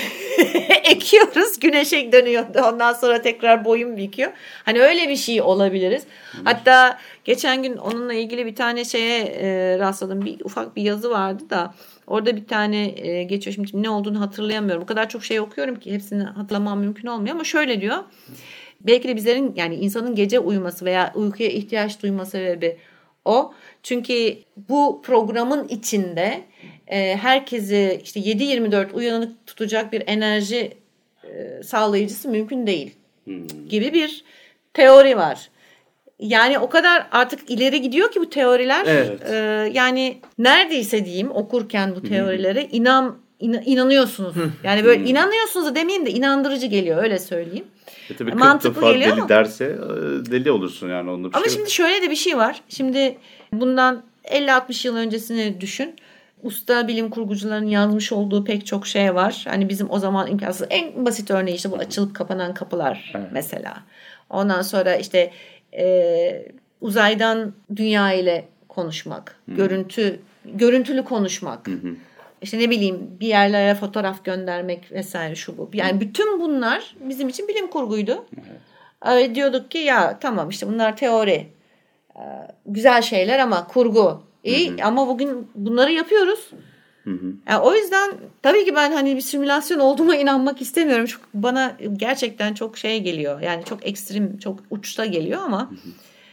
ekiyoruz, güneşe dönüyor. Ondan sonra tekrar boyun büküyor. Hani öyle bir şey olabiliriz. Hatta geçen gün onunla ilgili bir tane şeye e, rastladım. Bir ufak bir yazı vardı da orada bir tane e, geçiyor. Şimdi ne olduğunu hatırlayamıyorum. O kadar çok şey okuyorum ki hepsini hatırlamam mümkün olmuyor ama şöyle diyor. Belki de bizlerin yani insanın gece uyuması veya uykuya ihtiyaç duyması sebebi o. Çünkü bu programın içinde e, herkesi işte yedi yirmi dört uyanık tutacak bir enerji e, sağlayıcısı mümkün değil hmm. gibi bir teori var. Yani o kadar artık ileri gidiyor ki bu teoriler. Evet. E, yani neredeyse diyeyim okurken bu teorilere inan, inan inanıyorsunuz. Yani böyle inanıyorsunuz da demeyeyim de inandırıcı geliyor öyle söyleyeyim. E tabii mantıklı geliyor deli ama. derse deli olursun yani. Onda bir ama şey şimdi şöyle de bir şey var. Şimdi bundan elli altmış yıl öncesini düşün. Usta bilim kurgucuların yazmış olduğu pek çok şey var. Hani bizim o zaman imkansız. En basit örneği işte bu açılıp kapanan kapılar evet. mesela. Ondan sonra işte e, uzaydan dünya ile konuşmak. Hı-hı. Görüntü görüntülü konuşmak. Hı-hı. İşte ne bileyim bir yerlere fotoğraf göndermek vesaire şu bu. Yani bütün bunlar bizim için bilim kurguydu. Evet. Diyorduk ki ya tamam işte bunlar teori. Güzel şeyler ama kurgu. İyi hı hı. ama bugün bunları yapıyoruz. Hı hı. Yani o yüzden tabii ki ben hani bir simülasyon olduğuma inanmak istemiyorum. Çok, bana gerçekten çok şey geliyor. Yani çok ekstrem, çok uçta geliyor ama hı hı.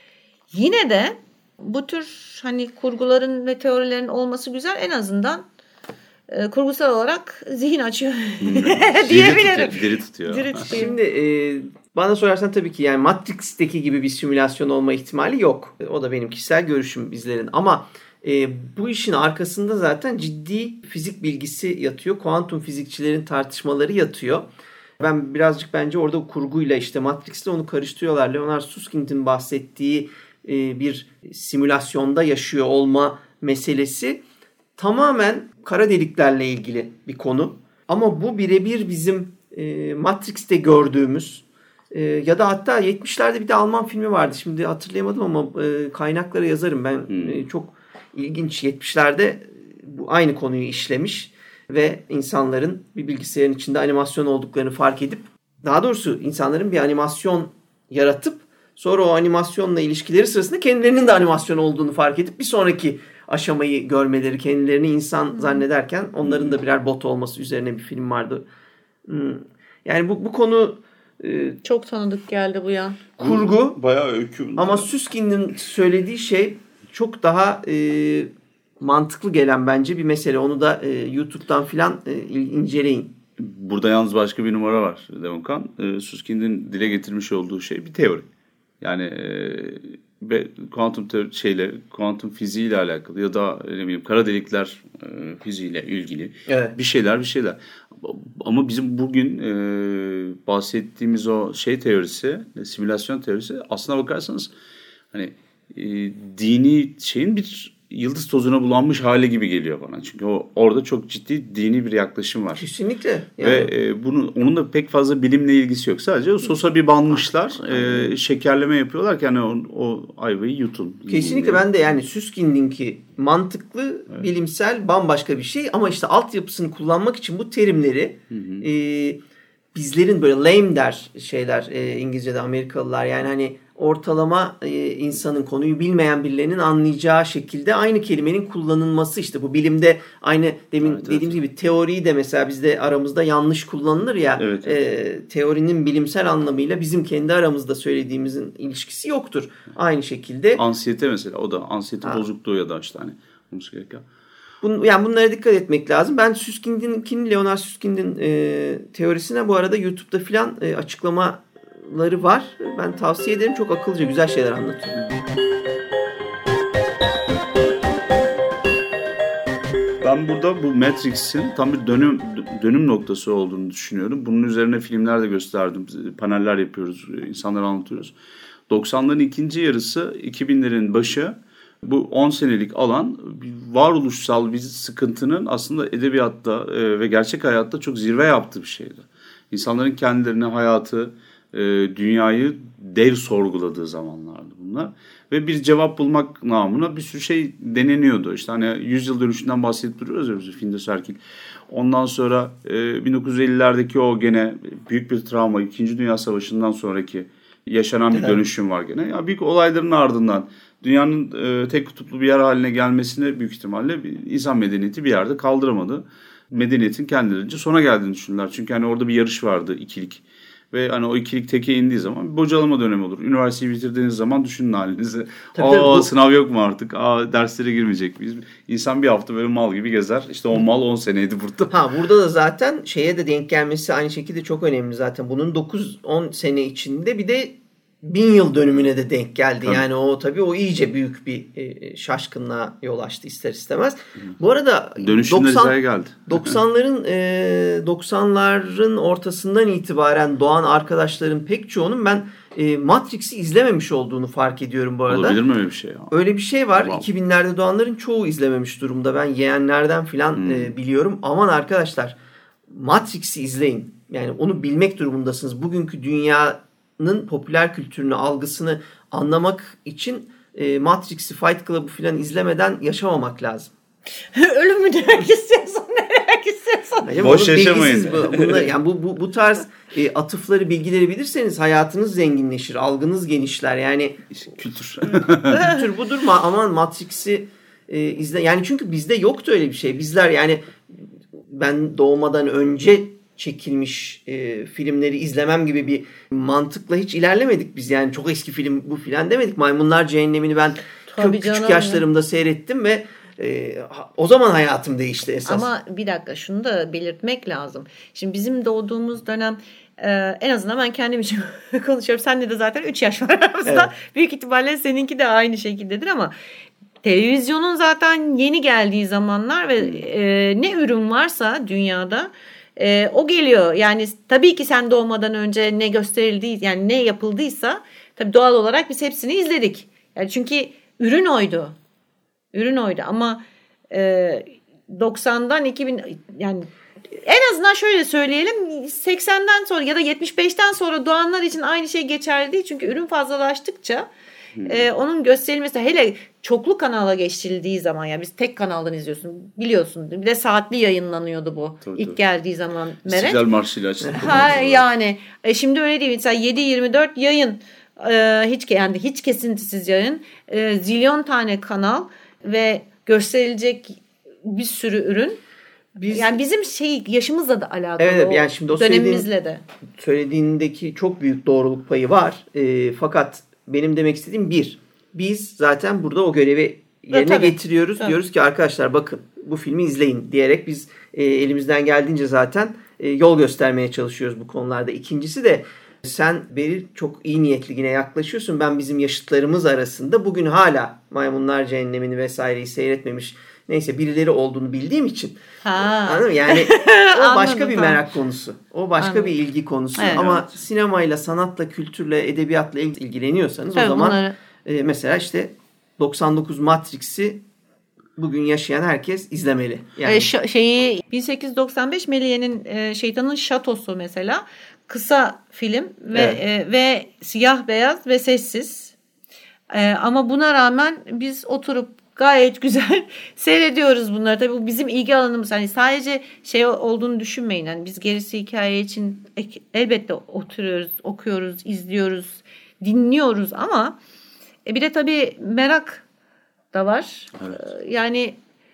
yine de bu tür hani kurguların ve teorilerin olması güzel. En azından e, kurgusal olarak zihin açıyor diyebilirim. Diri tutuyor. Diri tutuyor. Şimdi e, bana sorarsan tabii ki yani Matrix'teki gibi bir simülasyon olma ihtimali yok. O da benim kişisel görüşüm bizlerin. Ama e, bu işin arkasında zaten ciddi fizik bilgisi yatıyor. Kuantum fizikçilerin tartışmaları yatıyor. Ben birazcık bence orada kurguyla işte Matrix'te onu karıştırıyorlar. Leonard Susskind'in bahsettiği e, bir simülasyonda yaşıyor olma meselesi tamamen kara deliklerle ilgili bir konu. Ama bu birebir bizim e, Matrix'te gördüğümüz e, ya da hatta yetmişlerde bir de Alman filmi vardı. Şimdi hatırlayamadım ama e, kaynaklara yazarım. Ben hmm. e, çok ilginç yetmişlerde bu aynı konuyu işlemiş ve insanların bir bilgisayarın içinde animasyon olduklarını fark edip daha doğrusu insanların bir animasyon yaratıp sonra o animasyonla ilişkileri sırasında kendilerinin de animasyon olduğunu fark edip bir sonraki aşamayı görmeleri, kendilerini insan hmm. zannederken onların da birer bot olması üzerine bir film vardı. Hmm. Yani bu bu konu e, çok tanıdık geldi bu ya. Kurgu. Bayağı öykü. Ama Süskind'in söylediği şey çok daha e, mantıklı gelen bence bir mesele. Onu da e, YouTube'dan filan e, inceleyin. Burada yalnız başka bir numara var Demokan. E, Süskind'in dile getirmiş olduğu şey bir teori. Yani e, ve kuantum te- şeyle, kuantum fiziğiyle alakalı ya da ne bileyim kara delikler e, fiziğiyle ilgili evet. bir şeyler bir şeyler. Ama bizim bugün e, bahsettiğimiz o şey teorisi, simülasyon teorisi aslına bakarsanız hani e, dini şeyin bir yıldız tozuna bulanmış hali gibi geliyor bana. Çünkü o orada çok ciddi dini bir yaklaşım var. Kesinlikle. Yani. Ve e, bunu onun da pek fazla bilimle ilgisi yok. Sadece o sosa bir banmışlar, e, şekerleme yapıyorlar ki hani o, o ayvayı yutun. Kesinlikle ben de yani Süskind'inki mantıklı, evet. bilimsel, bambaşka bir şey ama işte altyapısını kullanmak için bu terimleri hı hı. E, bizlerin böyle lame der şeyler e, İngilizce'de Amerikalılar yani hani ortalama e, insanın konuyu bilmeyen birilerinin anlayacağı şekilde aynı kelimenin kullanılması işte bu bilimde aynı demin evet, dediğimiz evet. gibi teoriyi de mesela bizde aramızda yanlış kullanılır ya evet, evet. E, teorinin bilimsel anlamıyla bizim kendi aramızda söylediğimizin ilişkisi yoktur. Aynı şekilde. Ansiyete mesela o da ansiyete ha. bozukluğu ya da işte hani olması gereken. Bun, yani bunlara dikkat etmek lazım. Ben Süskind'in, Leonard Süskind'in e, teorisine bu arada YouTube'da filan e, açıklamaları var. Ben tavsiye ederim. Çok akıllıca, güzel şeyler anlatıyor. Ben burada bu Matrix'in tam bir dönüm dönüm noktası olduğunu düşünüyorum. Bunun üzerine filmler de gösterdim. Paneller yapıyoruz, insanlara anlatıyoruz. doksanların ikinci yarısı, iki binlerin başı bu on senelik alan varoluşsal bir sıkıntının aslında edebiyatta e, ve gerçek hayatta çok zirve yaptığı bir şeydi. İnsanların kendilerine hayatı, e, dünyayı dev sorguladığı zamanlardı bunlar. Ve bir cevap bulmak namına bir sürü şey deneniyordu. İşte hani yüzyıl dönüşünden bahsedip duruyoruz ya biz Findus Erkil. Ondan sonra e, bin dokuz yüz ellilerdeki o gene büyük bir travma, İkinci Dünya Savaşı'ndan sonraki yaşanan bir dönüşüm var gene. Ya büyük olayların ardından dünyanın e, tek kutuplu bir yer haline gelmesine büyük ihtimalle insan medeniyeti bir yerde kaldıramadı. Medeniyetin kendilerince sona geldiğini düşündüler. Çünkü hani orada bir yarış vardı, ikilik. Ve hani o ikilik teke indiği zaman bir bocalama dönemi olur. Üniversiteyi bitirdiğiniz zaman düşünün halinizi. Tabii, Aa bu... sınav yok mu artık? Aa derslere girmeyecek miyiz? İnsan bir hafta böyle mal gibi gezer. İşte o mal on seneydi burada. Ha burada da zaten şeye de denk gelmesi aynı şekilde çok önemli zaten. Bunun dokuz on sene içinde bir de bin yıl dönümüne de denk geldi. Tabii. Yani o tabii o iyice büyük bir e, şaşkınlığa yol açtı ister istemez. Hı. Bu arada doksan, geldi. doksanların e, doksanların ortasından itibaren doğan arkadaşların pek çoğunun ben e, Matrix'i izlememiş olduğunu fark ediyorum bu arada. Olabilir mi öyle bir şey? Ya? Öyle bir şey var. Wow. iki binlerde doğanların çoğu izlememiş durumda. Ben yeğenlerden filan hmm. e, biliyorum. Aman arkadaşlar Matrix'i izleyin. Yani onu bilmek durumundasınız. Bugünkü dünya popüler kültürünü, algısını anlamak için e, Matrix'i, Fight Club'ı filan izlemeden yaşamamak lazım. Ölüm mü demek istiyorsun? Ne demek istiyorsun? Yani boş yaşamayın. Bu, bunlar, yani bu, bu, bu tarz e, atıfları, bilgileri bilirseniz hayatınız zenginleşir, algınız genişler. Yani kültür. Kültür budur mu? Aman Matrix'i e, izle. Yani çünkü bizde yoktu öyle bir şey. Bizler yani ben doğmadan önce çekilmiş e, filmleri izlemem gibi bir mantıkla hiç ilerlemedik biz. Yani çok eski film bu filan demedik. Maymunlar Cehennemi'ni ben çok küçük yaşlarımda seyrettim ve e, o zaman hayatım değişti esas. Ama bir dakika şunu da belirtmek lazım. Şimdi bizim doğduğumuz dönem e, en azından ben kendim için konuşuyorum. Seninle de zaten üç yaş var aramızda. Evet. Büyük ihtimalle seninki de aynı şekildedir ama televizyonun zaten yeni geldiği zamanlar ve e, ne ürün varsa dünyada Ee, o geliyor. Yani tabii ki sen doğmadan önce ne gösterildiği yani ne yapıldıysa tabii doğal olarak biz hepsini izledik. Yani çünkü ürün oydu. Ürün oydu ama e, doksandan iki bin yani en azından şöyle söyleyelim seksenden sonra ya da yetmiş beşten sonra doğanlar için aynı şey geçerli değil. Çünkü ürün fazlalaştıkça Ee, onun gösterilmesi hele çoklu kanala geçildiği zaman yani biz tek kanaldan izliyorsun biliyorsun bir de saatli yayınlanıyordu bu tabii, ilk tabii. geldiği zaman Meret. İstiklal Marşı'yla açıldı. Ha yani e, şimdi öyle değil mesela yedi yirmi dört yayın e, hiç yani hiç kesintisiz yayın e, zilyon tane kanal ve gösterilecek bir sürü ürün. Biz, yani bizim şey yaşımızla da alakalı evet, yani şimdi o dönemimizle de. Söylediğindeki çok büyük doğruluk payı var. E, fakat benim demek istediğim bir, biz zaten burada o görevi yerine tabii, getiriyoruz. Tabii. Diyoruz ki arkadaşlar bakın bu filmi izleyin diyerek biz e, elimizden geldiğince zaten e, yol göstermeye çalışıyoruz bu konularda. İkincisi de sen Beril çok iyi niyetli yine yaklaşıyorsun. Ben bizim yaşıtlarımız arasında bugün hala Maymunlar Cehennemi'ni vesaireyi seyretmemiş neyse birileri olduğunu bildiğim için. Ha. Anladın mı? Yani o Anladım, başka bir tamam. merak konusu. O başka Anladım. bir ilgi konusu. Evet. Ama Evet. sinemayla, sanatla, kültürle, edebiyatla ilgileniyorsanız Tabii o zaman bunları... e, mesela işte doksan dokuz Matrix'i bugün yaşayan herkes izlemeli. Yani E, ş- şeyi bin sekiz yüz doksan beş Meliye'nin e, Şeytanın Şatosu mesela kısa film ve Evet. e, ve siyah beyaz ve sessiz. E, ama buna rağmen biz oturup gayet güzel seyrediyoruz bunları. Tabii bu bizim ilgi alanımız. Hani sadece şey olduğunu düşünmeyin. Hani biz gerisi hikaye için ek- elbette oturuyoruz, okuyoruz, izliyoruz, dinliyoruz ama e, bir de tabii merak da var. Evet. E, yani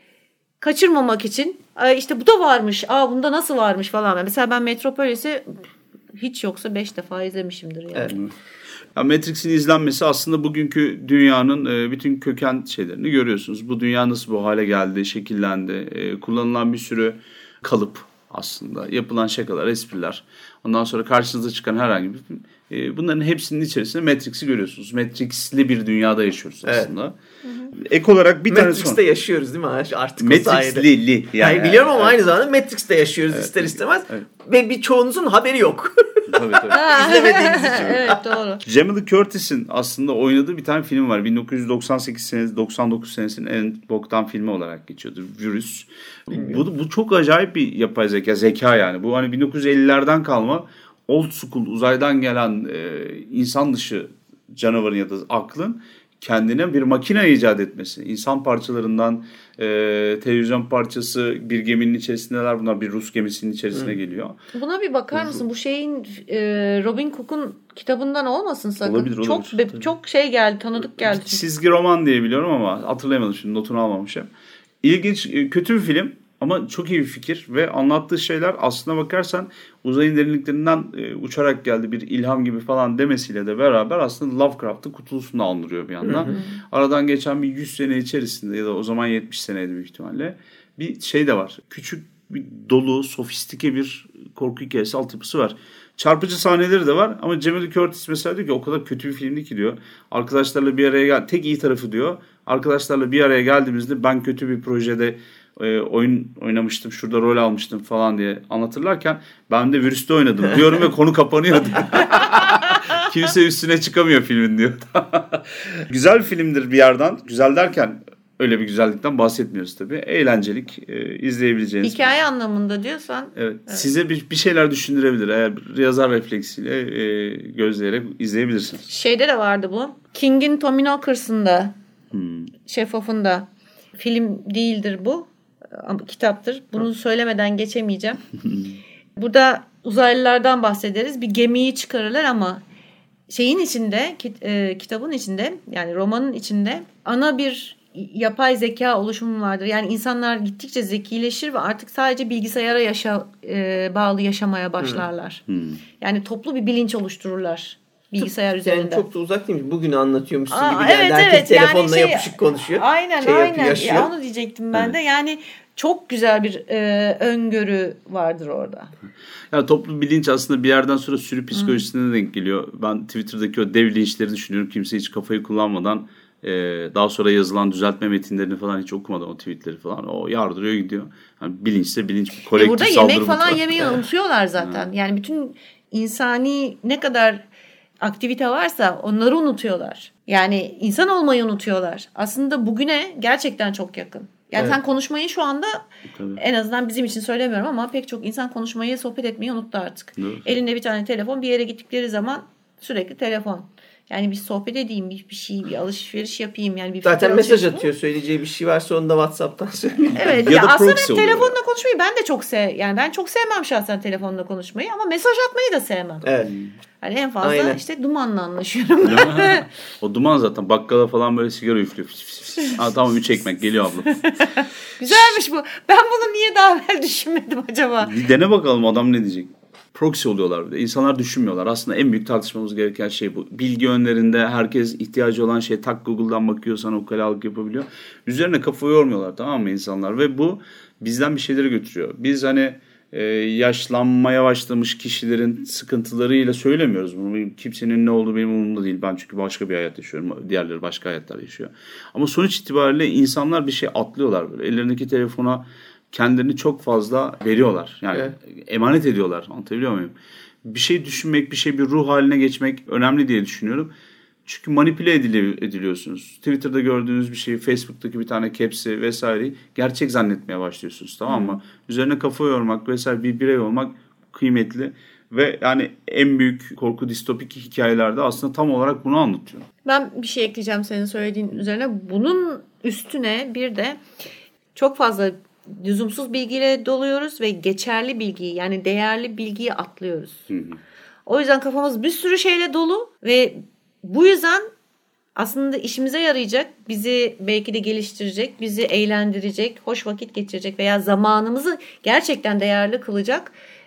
kaçırmamak için işte bu da varmış. Aa bunda nasıl varmış falan. Mesela ben Metropolis'i hiç yoksa beş defa izlemişimdir yani. Evet. Ya Matrix'in izlenmesi aslında bugünkü dünyanın e, bütün köken şeylerini görüyorsunuz. Bu dünya nasıl bu hale geldi, şekillendi. E, kullanılan bir sürü kalıp aslında. Yapılan şakalar, espriler. Ondan sonra karşınıza çıkan herhangi bir film. E, bunların hepsinin içerisinde Matrix'i görüyorsunuz. Matrix'li bir dünyada yaşıyoruz aslında. Evet. Ek olarak bir tane Matrix'te son. yaşıyoruz değil mi? Artık o sayede. Matrix'li. li. Yani, yani biliyorum ama evet. aynı zamanda Matrix'te yaşıyoruz Evet. ister istemez. Evet. Ve birçoğunuzun haberi yok. Tabii tabii. İzlemediğiniz için. Evet doğru. Jamie Lee Curtis'in aslında oynadığı bir tane film var. bin dokuz yüz doksan sekiz senesi, doksan dokuz senesinin en boktan filmi olarak geçiyordu. Virüs. Bu, bu çok acayip bir yapay zeka. Zeka yani. Bu hani bin dokuz yüz ellilerden kalma old school uzaydan gelen e, insan dışı canavarın ya da aklın kendine bir makine icat etmesi. İnsan parçalarından e, televizyon parçası bir geminin içerisindeler. Bunlar bir Rus gemisinin içerisine Hı. geliyor. Buna bir bakar mısın? Bu şeyin e, Robin Cook'un kitabından olmasın sakın. Olabilir, olabilir. Çok be, çok şey geldi, tanıdık geldi. Çizgi roman diye biliyorum ama hatırlayamadım şimdi, notunu almamışım. İlginç, kötü bir film ama çok iyi bir fikir ve anlattığı şeyler aslına bakarsan uzayın derinliklerinden e, uçarak geldi bir ilham gibi falan demesiyle de beraber aslında Lovecraft'ın Kutulusunu andırıyor bir yandan. Hı hı. Aradan geçen bir yüz sene içerisinde ya da o zaman yetmiş seneydi büyük ihtimalle bir şey de var. Küçük bir dolu, sofistike bir korku hikayesi altyapısı var. Çarpıcı sahneleri de var ama Jamie Lee Curtis mesela diyor ki o kadar kötü bir filmdi ki diyor. Arkadaşlarla bir araya gel, tek iyi tarafı diyor. Arkadaşlarla bir araya geldiğimizde ben kötü bir projede e, oyun oynamıştım, şurada rol almıştım falan diye anlatırlarken ben de Virüs'te oynadım diyorum ve konu kapanıyor diyor. Kimse üstüne çıkamıyor filmin diyor. Güzel bir filmdir bir yerden. Güzel derken öyle bir güzellikten bahsetmiyoruz tabii. Eğlencelik, e, izleyebileceğiniz. Hikaye anlamında diyorsan. Evet, evet. Size bir, bir şeyler düşündürebilir. Eğer yazar refleksiyle e, gözleyerek izleyebilirsiniz. Şeyde de vardı bu. King'in Tommy Knockers'ında, Hmm. Şeffaf'ın da. Film değildir bu. Ama kitaptır. Bunu söylemeden geçemeyeceğim. Burada uzaylılardan bahsederiz. Bir gemiyi çıkarırlar ama şeyin içinde, e, kitabın içinde, yani romanın içinde ana bir yapay zeka oluşumu vardır. Yani insanlar gittikçe zekileşir ve artık sadece bilgisayara yaşa, e, bağlı yaşamaya başlarlar. Hmm. Yani toplu bir bilinç oluştururlar bilgisayar yani üzerinde. çok da uzak değil mi? Bugünü anlatıyormuşsun Aa, gibi geldi. evet, Herkes evet. telefonla Yani şey, yapışık konuşuyor. Aynen şey aynen. Yapıyor, ya onu diyecektim ben evet. de. Yani çok güzel bir e, öngörü vardır orada. Ya toplu bilinç aslında bir yerden sonra sürü psikolojisine hmm. denk geliyor. Ben Twitter'daki o dev linçleri düşünüyorum. Kimse hiç kafayı kullanmadan e, daha sonra yazılan düzeltme metinlerini falan hiç okumadan o tweetleri falan o yardırıyor gidiyor. Yani bilinçse bilinç kolektif e burada saldırı. Burada yemek falan yemeyi unutuyorlar zaten. Hmm. Yani bütün insani ne kadar aktivite varsa onları unutuyorlar. Yani insan olmayı unutuyorlar. Aslında bugüne gerçekten çok yakın. Yani evet. Sen konuşmayı şu anda Tabii. en azından bizim için söylemiyorum ama pek çok insan konuşmayı, sohbet etmeyi unuttu artık. Evet. Elinde bir tane telefon, bir yere gittikleri zaman sürekli telefon. Yani bir sohbet edeyim, bir, bir şey, bir alışveriş yapayım. Yani bir zaten mesaj atıyor, söyleyeceği bir şey varsa onu da WhatsApp'tan söylüyor. Evet. ya, ya aslında telefonla yani. Konuşmayı ben de çok sev. Yani ben çok sevmem şahsen telefonla konuşmayı ama mesaj atmayı da sevmem. Evet. Hani en fazla Aynen. işte dumanla anlaşıyorum. O duman zaten bakkala falan böyle sigara üflüyor. Aa, tamam üç ekmek geliyor abla. Güzelmiş bu. Ben bunu niye daha evvel düşünmedim acaba? Bir dene bakalım adam ne diyecek. Proxy oluyorlar bir de. İnsanlar düşünmüyorlar. Aslında en büyük tartışmamız gereken şey bu. Bilgi önlerinde herkes ihtiyacı olan şey tak Google'dan bakıyor sana ukalalık yapabiliyor. Üzerine kafa yormuyorlar tamam mı insanlar? Ve bu bizden bir şeyleri götürüyor. Biz hani Ee, yaşlanmaya başlamış kişilerin sıkıntılarıyla söylemiyoruz bunu. Kimsenin ne olduğu benim umurumda değil. Ben çünkü başka bir hayat yaşıyorum. Diğerleri başka hayatlar yaşıyor. Ama sonuç itibariyle insanlar bir şey atlıyorlar böyle. Ellerindeki telefona kendilerini çok fazla veriyorlar. Yani evet. emanet ediyorlar. Anlatabiliyor muyum? Bir şey düşünmek, bir şey bir ruh haline geçmek önemli diye düşünüyorum. Çünkü manipüle ediliyorsunuz. Twitter'da gördüğünüz bir şeyi, Facebook'taki bir tane caps'i vesaireyi gerçek zannetmeye başlıyorsunuz, tamam mı? Hmm. Üzerine kafa yormak vesaire, bir birey olmak kıymetli. Ve yani en büyük korku distopik hikayelerde aslında tam olarak bunu anlatıyor. Ben bir şey ekleyeceğim senin söylediğin üzerine. Bunun üstüne bir de çok fazla lüzumsuz bilgiyle doluyoruz ve geçerli bilgiyi, yani değerli bilgiyi atlıyoruz. Hı hı. O yüzden kafamız bir sürü şeyle dolu ve bu yüzden aslında işimize yarayacak, bizi belki de geliştirecek, bizi eğlendirecek, hoş vakit geçirecek veya zamanımızı gerçekten değerli kılacak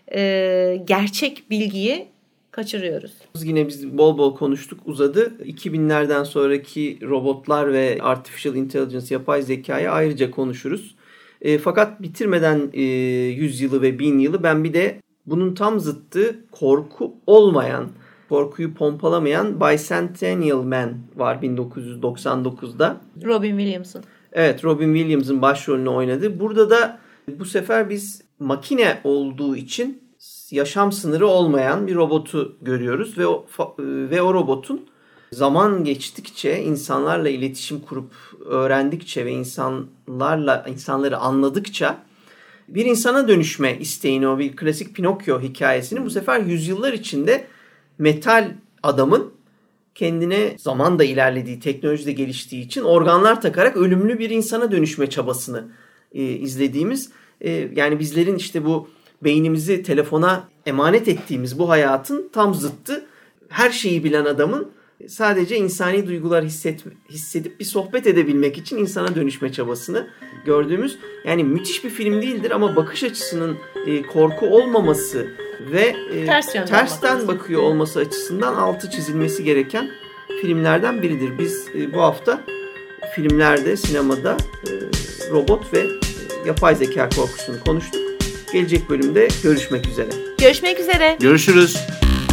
e, gerçek bilgiyi kaçırıyoruz. Yine biz bol bol konuştuk, uzadı. iki binlerden sonraki robotlar ve artificial intelligence, yapay zekayı ayrıca konuşuruz. E, fakat bitirmeden e, yüz yılı ve bin yılı ben bir de bunun tam zıttı korku olmayan, korkuyu pompalamayan Bicentennial Man var bin dokuz yüz doksan dokuzda. Robin Williams'ın. Evet, Robin Williams'ın başrolünü oynadı. Burada da bu sefer biz makine olduğu için yaşam sınırı olmayan bir robotu görüyoruz ve o ve o robotun zaman geçtikçe, insanlarla iletişim kurup öğrendikçe ve insanlarla insanları anladıkça bir insana dönüşme isteğini, o bir klasik Pinokyo hikayesini bu sefer yüzyıllar içinde metal adamın kendine zaman da ilerlediği, teknoloji de geliştiği için organlar takarak ölümlü bir insana dönüşme çabasını e, izlediğimiz, e, yani bizlerin işte bu beynimizi telefona emanet ettiğimiz bu hayatın tam zıttı. Her şeyi bilen adamın sadece insani duygular hisset, hissedip bir sohbet edebilmek için insana dönüşme çabasını gördüğümüz, yani müthiş bir film değildir ama bakış açısının e, korku olmaması ve e, Ters tersten bakıyor olması açısından altı çizilmesi gereken filmlerden biridir. Biz e, bu hafta filmlerde, sinemada e, robot ve e, yapay zeka korkusunu konuştuk. Gelecek bölümde görüşmek üzere. Görüşmek üzere. Görüşürüz.